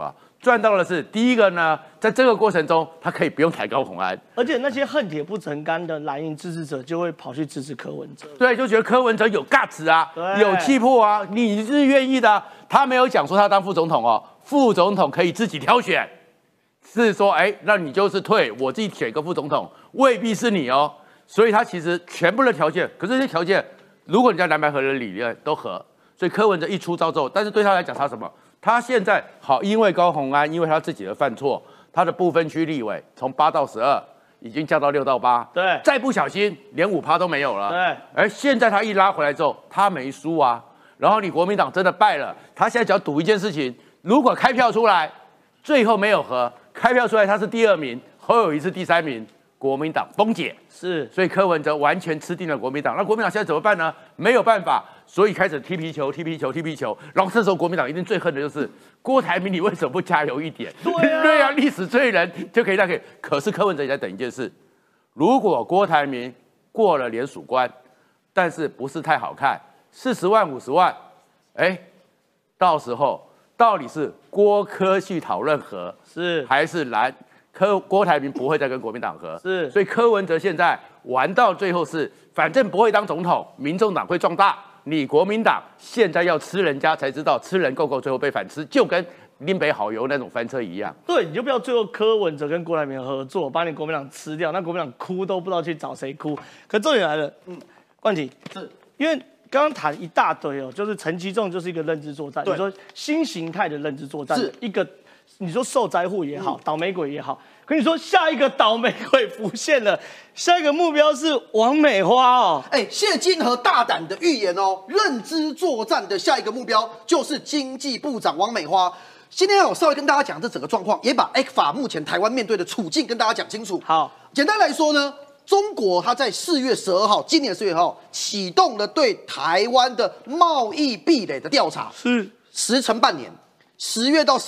赚到的是第一个呢，在这个过程中，他可以不用抬高虹安， 而且那些恨铁不成钢的蓝营支持者就会跑去支持柯文哲， 对，就觉得柯文哲有 guts 啊，有气魄啊，你是愿意的啊。他没有讲说他当副总统哦，副总统可以自己挑选，是说，哎，那你就是退，我自己选一个副总统，未必是你哦。所以他其实全部的条件，可是这些条件，如果你在蓝白合的理念都合，所以柯文哲一出招之后，但是对他来讲，他什么？他现在好，因为高虹安，因为他自己的犯错，他的不分区立委从8到12已经降到6到8， 对， 再不小心连5%都没有了， 对。 而现在他一拉回来之后，他没输啊，然后你国民党真的败了，他现在只要赌一件事情，如果开票出来，最后没有和，开票出来他是第2名，侯友宜是第3名。国民党崩解是， 所以柯文哲完全吃定了国民党。那国民党现在怎么办呢？没有办法，所以开始踢皮球。然后这时候国民党一定最恨的就是郭台铭，你为什么不加油一点？对啊，历史罪人就可以那个。可是柯文哲也在等一件事：如果郭台铭过了联署关，但是不是太好看，40万50万，哎，到时候到底是郭柯去讨论和， 是还是蓝？郭台铭不会再跟国民党合， 是， 所以柯文哲现在玩到最后是，反正不会当总统，民众党会壮大，你国民党现在要吃人家才知道，吃人够，最后被反吃，就跟林北好油那种翻车一样。 对，你就不要最后柯文哲跟郭台铭合作，把你国民党吃掉，那国民党哭都不知道去找谁哭。可重点来了，冠廷是因为刚刚谈一大堆哦，就是陈其仲就是一个认知作战，你说新形态的认知作战，一个。你说受灾户也好，倒霉鬼也好，可你说下一个倒霉鬼浮现了，下一个目标是王美花哦。 谢金河大胆的预言哦，认知作战的下一个目标就是经济部长王美花。今天我稍微跟大家讲这整个状况，也把 ECFA 目前台湾面对的处境跟大家讲清楚。 好， 简单来说呢，中国它在4月12号，今年4月12号启动了对台湾的贸易壁垒的调查， 是时程半年，10月到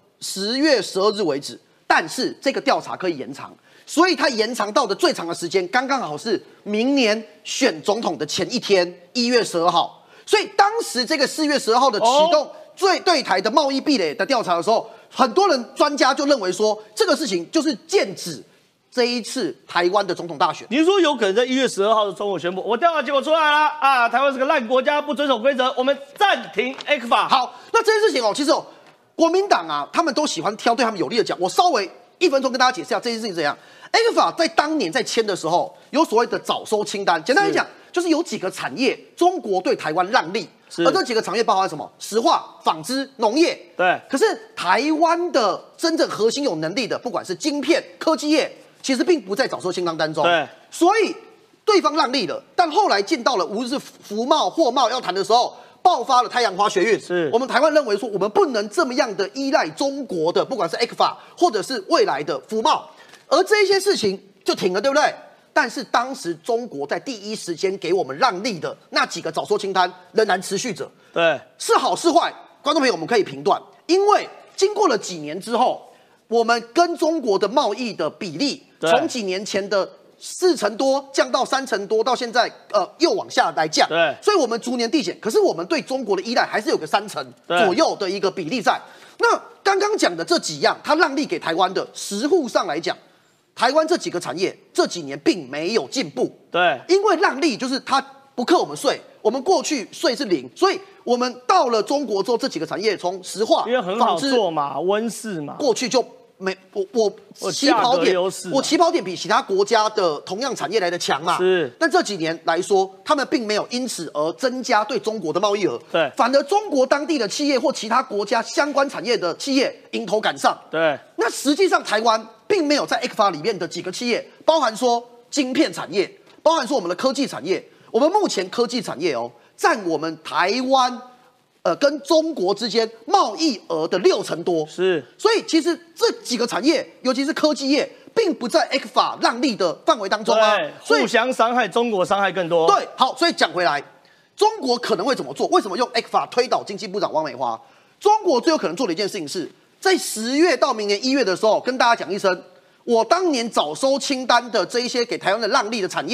10月12日为止，但是这个调查可以延长，所以它延长到的最长的时间，刚刚好是明年选总统的前一天，1月12号。所以当时这个4月12号的启动对台的贸易壁垒的调查的时候，很多人专家就认为说，这个事情就是剑指这一次台湾的总统大选。 你说有可能在1月12号的中午宣布，我调查结果出来了啊，台湾是个烂国家，不遵守规则，我们暂停 ECFA。 好，那这件事情其实国民党他们都喜欢挑对他们有利的讲。我稍微1分钟跟大家解释一下这件事情怎样。ECFA 在当年在签的时候，有所谓的早收清单。简单来讲，就是有几个产业中国对台湾让利，而这几个产业包含什么？石化、纺织、农业。 对。 可是台湾的真正核心有能力的，不管是晶片、科技业，其实并不在早收清单当中。 对。 所以对方让利了，但后来进到了无论是服贸、货贸要谈的时候。爆发了太阳花学运， 是我们台湾认为说，我们不能这么样的依赖中国的，不管是 ECFA 或者是未来的服贸，而这些事情就停了，对不对？但是当时中国在第一时间给我们让利的那几个早收清单仍然持续着， 对， 是好是坏，观众朋友我们可以评断，因为经过了几年之后，我们跟中国的贸易的比例从几年前的4成多降到3成多，到现在又往下来降， 对， 所以我们逐年递减。可是我们对中国的依赖还是有个3成左右的一个比例在。那刚刚讲的这几样，它让利给台湾的实户上来讲，台湾这几个产业这几年并没有进步， 对， 因为让利就是它不课我们税，我们过去税是0，所以我们到了中国之后，这几个产业从石化、 因为很好做嘛，温室嘛， 过去就。我起跑点比其他国家的同样产业来的强嘛， 是。 但这几年来说，他们并没有因此而增加对中国的贸易额， 对， 反而中国当地的企业或其他国家相关产业的企业迎头赶上， 对。 那实际上台湾并没有在 ECFA 里面的几个企业，包含说晶片产业，包含说我们的科技产业，我们目前科技产业占我们台湾。跟中国之间贸易额的6成多， 是， 所以其实这几个产业，尤其是科技业，并不在 ECFA 让利的范围当中啊， 互相伤害，中国伤害更多。 对，好，所以讲回来，中国可能会怎么做？为什么用 ECFA 推倒经济部长汪美花？中国最有可能做的一件事情是在10月到明年1月的时候，跟大家讲一声，我当年早收清单的这一些给台湾的让利的产业，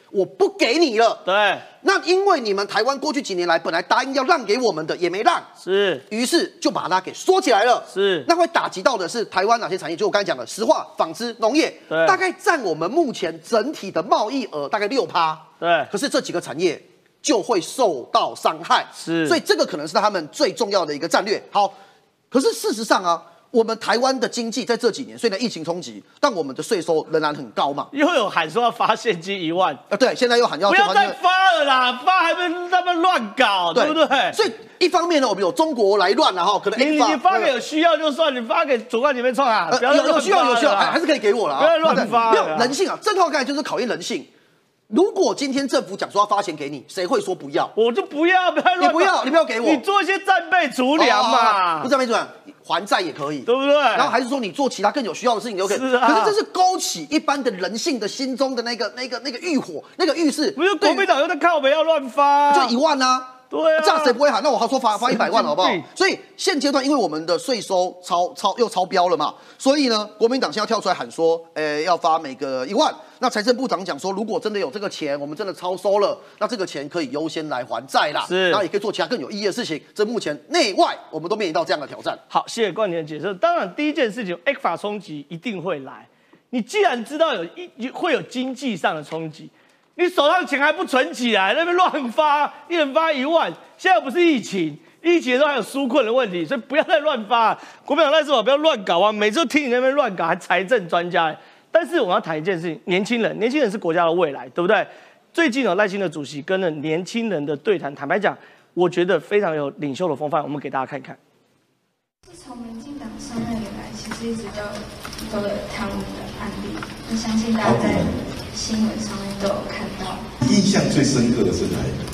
我不给你了。 对， 那因为你们台湾过去几年来本来答应要让给我们的也没让， 是， 于是就把它给缩起来了。 是， 那会打击到的是台湾哪些产业？就我刚才讲的石化、纺织、农业， 对， 大概占我们目前整体的贸易额大概6%。 对， 可是这几个产业就会受到伤害， 是， 所以这个可能是他们最重要的一个战略。好，可是事实上啊，我们台湾的经济在这几年虽然疫情冲击，但我们的税收仍然很高嘛。 又有喊说要发现金1万， 对，现在又喊要不要再发了啦，发还没他们乱搞，对不对？ 所以一方面呢，我们有中国来乱了哈，可能你发给有需要就算，你发给主管里面创啊， 有需要还是可以给我了啊， 不要乱发， 没有人性啊，这套刚才就是考验人性。如果今天政府讲说要发钱给你，谁会说不要？ 我就不要，不要乱， 你不要给我， 你做一些战备储粮嘛， 不是战备储粮，还债也可以， 对不对？ 然后还是说你做其他更有需要的事情都可以。 是啊， 可是这是勾起一般的人性的心中的那个欲火，那个欲势。 不是国民党又在靠北要乱发， 就1万啊。 对啊， 这样谁不会喊？那我说发100万好不好？所以现阶段，因为我们的税收超标了嘛，所以呢，国民党现在跳出来喊说，要发每个1万。那财政部长讲说，如果真的有这个钱，我们真的超收了，那这个钱可以优先来还债啦， 是， 然后也可以做其他更有意义的事情。这目前内外我们都面临到这样的挑战。 好，谢谢冠廷的解释。当然，第一件事情，ECFA 冲击一定会来。你既然知道会有经济上的冲击。你手上钱还不存起来，那边乱发，一人发1万。现在不是疫情的时候还有纾困的问题，所以不要再乱发。国民党赖清德不要乱搞啊！每次都听你那边乱搞，还财政专家。但是我们要谈一件事情，年轻人是国家的未来，对不对？最近赖清德主席跟了年轻人的对谈，坦白讲，我觉得非常有领袖的风范。我们给大家看看。 从民进党上任以来，其实一直都有贪污的案例，我相信大家在新闻上面都有看到。 印象最深刻的是哪一个？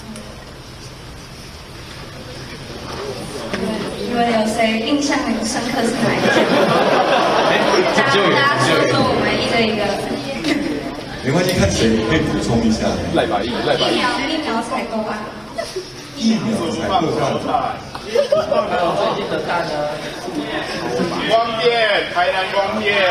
你们有谁印象很深刻是哪一个？大家说说，我们一个一个。 没关系，看谁可以补充一下。 疫苗采购案。 疫苗采购案。 最近的蛋呢？ 光电，台南光电。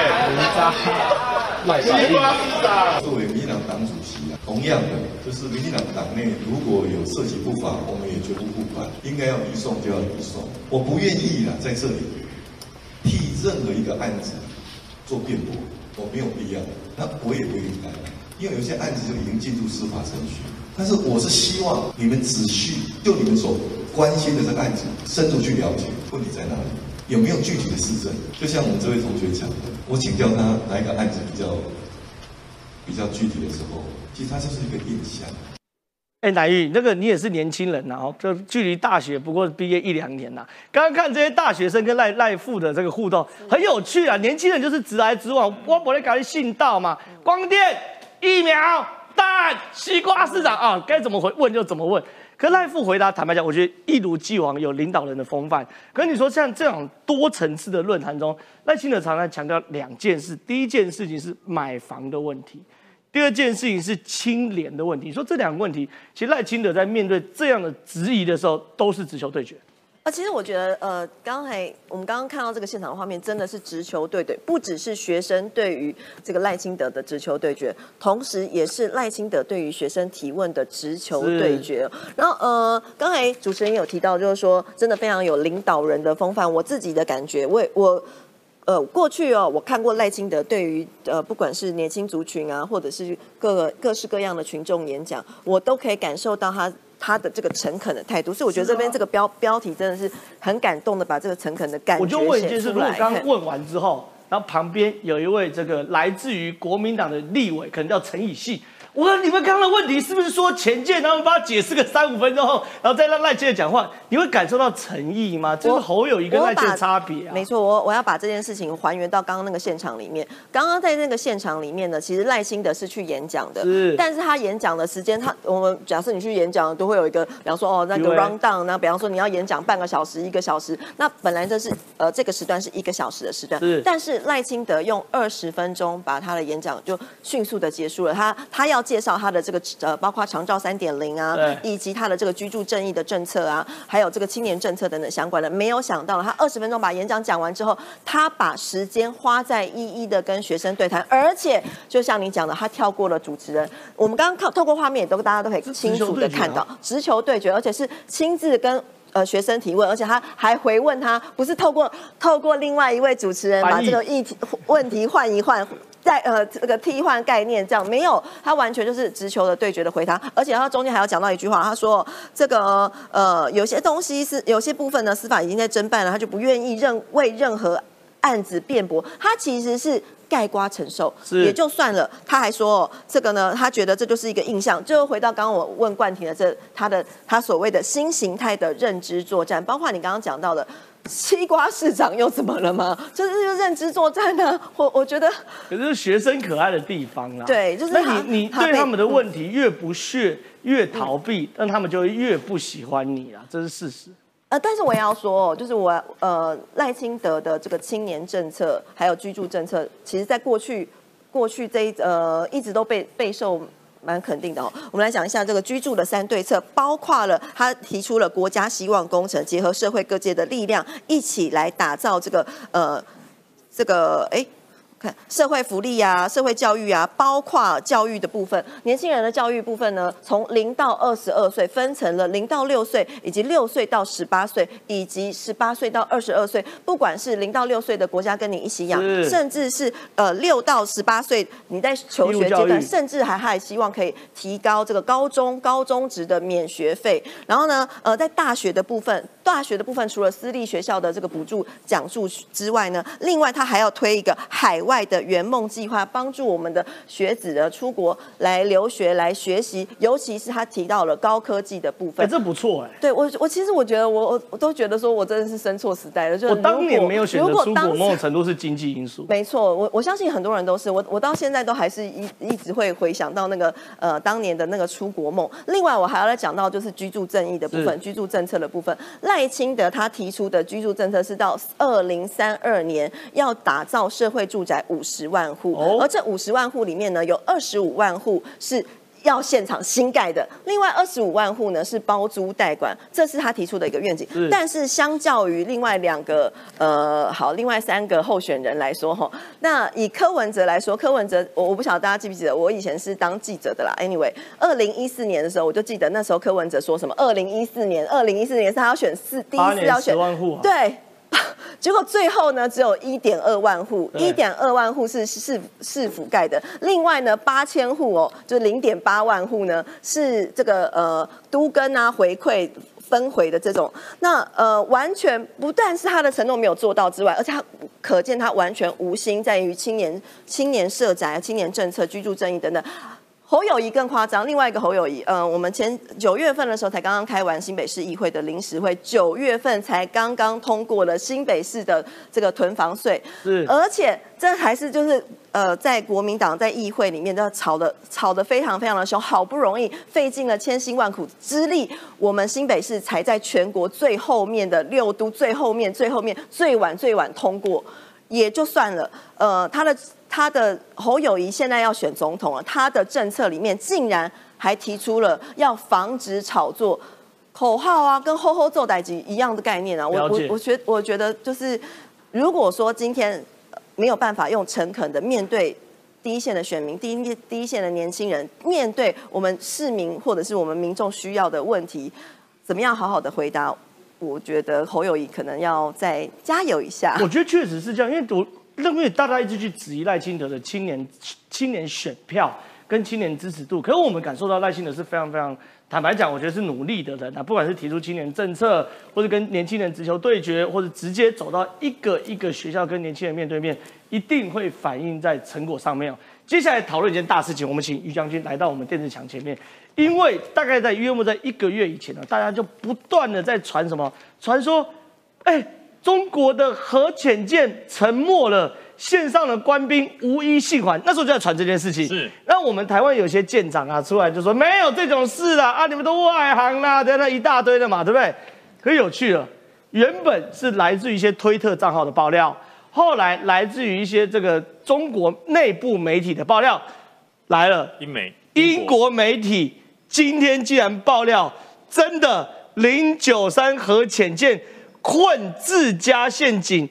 作为民进党党主席啊，同样的就是民进党党内如果有涉及不法，我们也绝不不管，应该要移送就要移送。我不愿意啊，在这里替任何一个案子做辩驳，我没有必要，那我也不应该，因为有些案子就已经进入司法程序。但是我是希望你们仔细就你们所关心的这个案子深入去了解问题在哪里。有没有具体的事证？就像我们这位同学讲的，我请教他哪一个案子比较具体的时候，其实它就是一个印象。 乃玉，那个你也是年轻人呐，哦，这距离大学不过毕业1-2年呐。刚刚看这些大学生跟赖副的这个互动很有趣啊，年轻人就是直来直往，我不会搞信道嘛，光电、疫苗、蛋、西瓜市场啊，该怎么问就怎么问。可赖副回答，坦白讲，我觉得一如既往有领导人的风范。可是你说像这样多层次的论坛中，赖清德常常强调2件事：第一件事情是买房的问题，第二件事情是清廉的问题。你说这2个问题，其实赖清德在面对这样的质疑的时候，都是直球对决。 其实我觉得，我们刚刚看到这个现场的画面，真的是直球对决，不只是学生对于这个赖清德的直球对决，同时也是赖清德对于学生提问的直球对决。然后，刚才主持人有提到，就是说，真的非常有领导人的风范。我自己的感觉，过去我看过赖清德对于不管是年轻族群啊，或者是各式各样的群众演讲，我都可以感受到他的这个诚恳的态度，所以我觉得这边这个标题真的是很感动的，把这个诚恳的感觉写出来。我就问一件事，如果刚问完之后，然后旁边有一位这个来自于国民党的立委，可能叫陈以信。我说你们刚刚的问题是不是说前届，然后帮他解释个3-5分钟后，然后再让赖清德讲话？你会感受到诚意吗？这是侯友宜跟赖清德差别啊。没错，我要把这件事情还原到刚刚那个现场里面。刚刚在那个现场里面呢，其实赖清德是去演讲的，但是他演讲的时间，我们假设你去演讲，都会有一个，比方说那个 round down， 那比方说你要演讲半个小时、1个小时，那本来这是这个时段是1个小时的时段，但是赖清德用20分钟把他的演讲就迅速的结束了。他要介绍他的这个包括长照3.0啊，以及他的这个居住正义的政策啊，还有这个青年政策等等相关的。没有想到他20分钟把演讲讲完之后，他把时间花在一一的跟学生对谈，而且就像你讲的，他跳过了主持人。我们刚刚透过画面也大家都可以清楚的看到直球对决，而且是亲自跟学生提问，而且他还回问他，不是透过另外一位主持人把这个问题换一换。在这个替换概念这样没有，他完全就是直球的对决的回答，而且他中间还要讲到一句话，他说这个有些东西是有些部分呢司法已经在侦办了，他就不愿意为任何案子辩驳，他其实是概括承受，也就算了。他还说这个呢，他觉得这就是一个印象。最后回到刚刚我问冠廷的他所谓的新形态的认知作战，包括你刚刚讲到的。西瓜市长又怎么了吗？就是认知作战呢？我觉得， 可是学生可爱的地方啦。 对，就是那你对他们的问题越不屑、越逃避，那他们就会越不喜欢你啦，这是事实。 但是我也要说，就是赖清德的这个青年政策还有居住政策，其实在过去这一直都备受。蛮肯定的哦。我们来讲一下这个居住的3对策，包括了他提出了国家希望工程，结合社会各界的力量，一起来打造这个看社会福利啊、社会教育啊，包括教育的部分，年轻人的教育部分呢，从0到22岁分成了0到6岁，以及6岁到18岁，以及18岁到22岁。不管是0到6岁的国家跟你一起养，甚至是6到18岁你在求学阶段，甚至还希望可以提高这个高中职的免学费。然后呢，在大学的部分除了私立学校的这个补助奖助之外呢，另外他还要推一个海外的圆梦计划，帮助我们的学子呢出国来留学来学习，尤其是他提到了高科技的部分， 这不错哎。 对我其实我觉得我都觉得说我真的是生错时代了，就我当年没有选择出国，某种程度是经济因素。 没错，我相信很多人都是，我到现在都还是一直会回想到那个当年的那个出国梦。另外我还要来讲到就是居住正义的部分，居住政策的部分。赖清德他提出的居住政策是到2032年要打造社会住宅50万户，而这50万户里面呢，有25万户是要现场新盖的，另外25万户呢是包租代管，这是他提出的一个愿景。但是相较于另外2个另外3个候选人来说哈，那以柯文哲来说，柯文哲我不晓得大家记不记得，我以前是当记者的啦。Anyway， 2014年的时候，我就记得那时候柯文哲说什么2014年是他要选第一次要选 10万户啊， 对。结果最后呢，只有1.2万户，1.2万户是市府盖的，另外呢8000户哦，就是0.8万户呢是这个都更啊回馈分回的这种，那完全不但是他的承诺没有做到之外，而且可见他完全无心在于青年社宅、青年政策、居住正义等等。侯友宜更夸张，另外一个侯友宜，我们9月份的时候才刚刚开完新北市议会的临时会，9月份才刚刚通过了新北市的这个囤房税，而且这还是就是在国民党在议会里面都吵得非常非常的凶，好不容易费尽了千辛万苦之力，我们新北市才在全国最后面的6都最后面最晚通过，也就算了，他的侯友宜现在要选总统了，他的政策里面竟然还提出了要防止炒作口号啊，跟吼吼奏代级一样的概念啊。我觉得就是，如果说今天没有办法用诚恳的面对第一线的选民、第一线的年轻人，面对我们市民或者是我们民众需要的问题，怎么样好好的回答？我觉得侯友宜可能要再加油一下。 我觉得确实是这样，因为大家一直去质疑赖清德的青年选票跟青年支持度，可是我们感受到赖清德是非常非常坦白讲，我觉得是努力的人啊，不管是提出青年政策，或者跟年轻人直球对决，或者直接走到一个学校跟年轻人面对面，一定会反映在成果上面。接下来讨论一件大事情，我们请于将军来到我们电视墙前面，因为大概约莫在1个月以前呢，大家就不断的在传说，中国的核潜舰沉没了，线上的官兵无一幸还。那时候就在传这件事情。是，那我们台湾有些舰长啊出来就说没有这种事啦，啊你们都外行啦，等等一大堆的嘛，对不对？可有趣了，原本是来自于一些推特账号的爆料，后来来自于一些这个中国内部媒体的爆料，来了英国媒体今天竟然爆料，真的093核潜舰困自家陷阱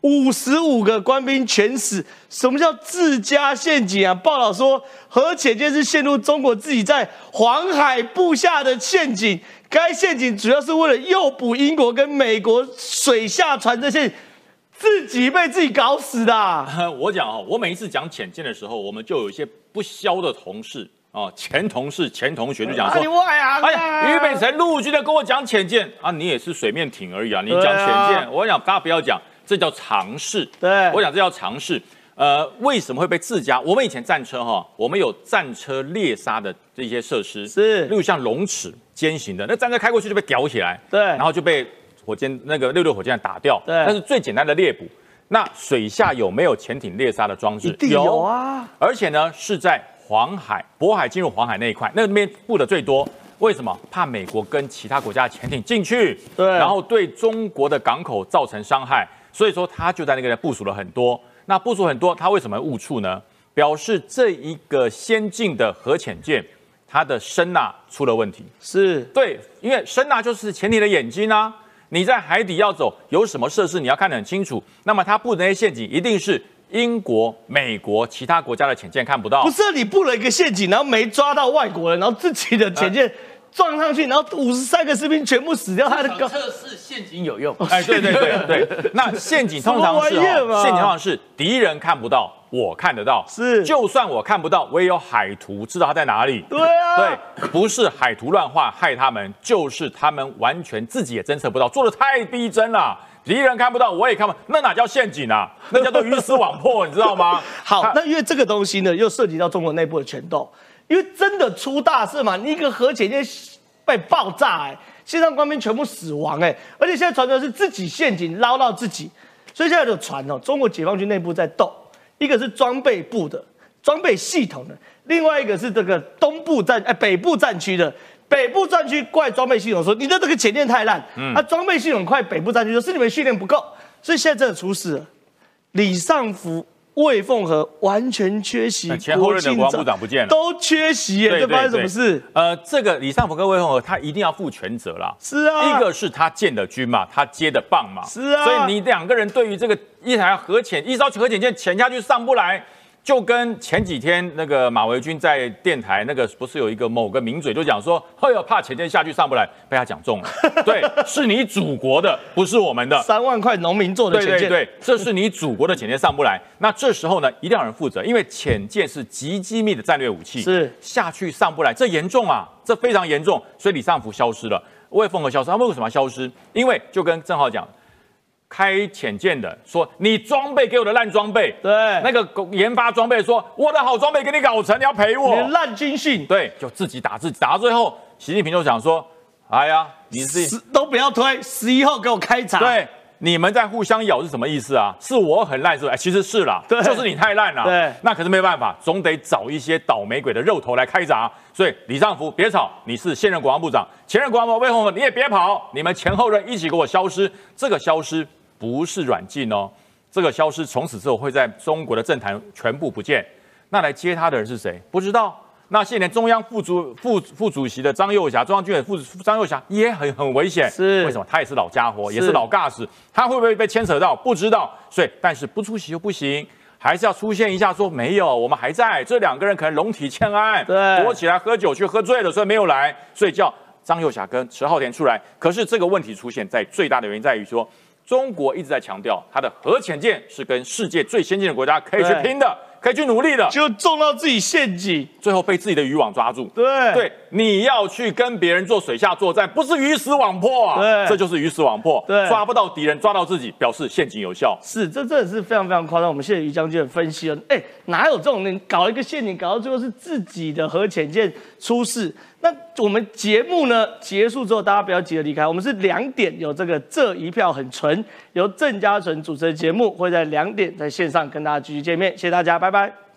，55个官兵全死。什么叫自家陷阱啊？报道说，核潜舰是陷入中国自己在黄海布下的陷阱。该陷阱主要是为了诱捕英国跟美国水下船这些，自己被自己搞死的我讲哦，我每一次讲潜舰的时候，我们就有一些不肖的同事哦，前同事、前同学就讲说， 你外行哎呀，俞北辰陆军的跟我讲潜舰啊，你也是水面艇而已啊，你讲潜舰，我讲大家不要讲，这叫常识。 对， 我讲这叫常识。为什么会被自家？我们以前战车哈，我们有战车猎杀的这些设施， 是， 例如像龙齿尖形的，那战车开过去就被叼起来， 对， 然后就被火箭那个66火箭弹打掉， 对， 那是最简单的猎捕。那水下有没有潜艇猎杀的装置？ 一定有啊， 而且呢是在黄海、渤海进入黄海那一块，那边布的最多。为什么？怕美国跟其他国家的潜艇进去， 对， 然后对中国的港口造成伤害，所以说他就在那个部署了很多。那部署很多，他为什么误触呢？表示这一个先进的核潜舰，它的声呐出了问题。 是对，因为声呐就是潜艇的眼睛啊。你在海底要走，有什么设施你要看得很清楚。那么它布的那些陷阱，一定是英国、美国其他国家的潜舰看不到。 不是你布了一个陷阱，然后没抓到外国人，然后自己的潜舰撞上去，然后53个士兵全部死掉。他的测试陷阱有用。 哎，对。那陷阱通常是敌人看不到，我看得到。 是， 就算我看不到，我也有海图知道它在哪里。 对啊， 对，不是海图乱画害他们，就是他们完全自己也侦测不到，做得太逼真了。敌人看不到，我也看不到，那哪叫陷阱啊？那叫做鱼死网破，你知道吗？ 好，那因为这个东西呢，又涉及到中国内部的权斗。因为真的出大事嘛，你一个核潜舰被爆炸，线上官兵全部死亡，而且现在传出来是自己陷阱捞到自己，所以现在有传中国解放军内部在斗，一个是装备部的装备系统的，另外一个是这个北部战区的，北部战区怪装备系统说你的这个潜舰太烂，装备系统怪北部战区说是你们训练不够，所以现在真的出事了，李尚福、魏凤和完全缺席， 前后任的国防部长不见了， 都缺席耶，这发生什么事？ 这个李尚福跟魏凤和他一定要负全责啦。 是啊， 一个是他建的军嘛，他接的棒嘛。 是啊， 所以你两个人对于这个一艘核潜舰潜下去上不来，就跟前几天那个马维军在电台那个不是有一个某个名嘴就讲说，哎呦怕潜舰下去上不来，被他讲中了。对，是你祖国的，不是我们的。 3万块农民做的潜舰， 对，这是你祖国的潜舰上不来。那这时候呢，一定要有人负责，因为潜舰是极机密的战略武器， 是下去上不来，这严重啊，这非常严重。所以李尚福消失了，魏凤和消失，他们为什么要消失？因为就跟郑浩讲。开潜舰的说你装备给我的烂装备， 对， 那个研发装备说我的好装备给你搞成，你要赔我， 你烂军训， 对，就自己打到最后，习近平就想说，哎呀，你是都不要推，11号给我开闸， 对，你们在互相咬是什么意思啊？是我很烂是吧？其实是啦，就是你太烂了， 对， 那可是没办法，总得找一些倒霉鬼的肉头来开闸，所以李尚福别吵，你是现任国防部长，前任国防部长魏凤和你也别跑，你们前后任一起给我消失，这个消失。不是软禁哦，这个消失从此之后会在中国的政坛全部不见。那来接他的人是谁？不知道。那现年中央副主席的张幼霞，中央军委副张幼霞也很危险。 是为什么？他也是老家伙，也是老尬死，他会不会被牵扯到？不知道。所以，但是不出席又不行，还是要出现一下说没有，我们还在。这两个人可能龙体欠安， 对， 躲起来喝酒去喝醉了，所以没有来，所以叫张幼霞跟迟浩田出来。可是这个问题出现在最大的原因在于说。中国一直在强调，它的核潜舰是跟世界最先进的国家可以去拼的，可以去努力的， 就中到自己陷阱， 最后被自己的渔网抓住。 对， 你要去跟别人做水下作战，不是鱼死网破啊， 对， 这就是鱼死网破。 对， 抓不到敌人，抓到自己，表示陷阱有效。 是，这真的是非常非常夸张。我们谢谢于将军的分析了。哪有这种人搞一个陷阱，搞到最后是自己的核潜舰出事？那我们节目呢结束之后，大家不要急着离开。我们是2点有这一票很纯，由郑家纯主持的节目，会在2点在线上跟大家继续见面。谢谢大家，拜拜。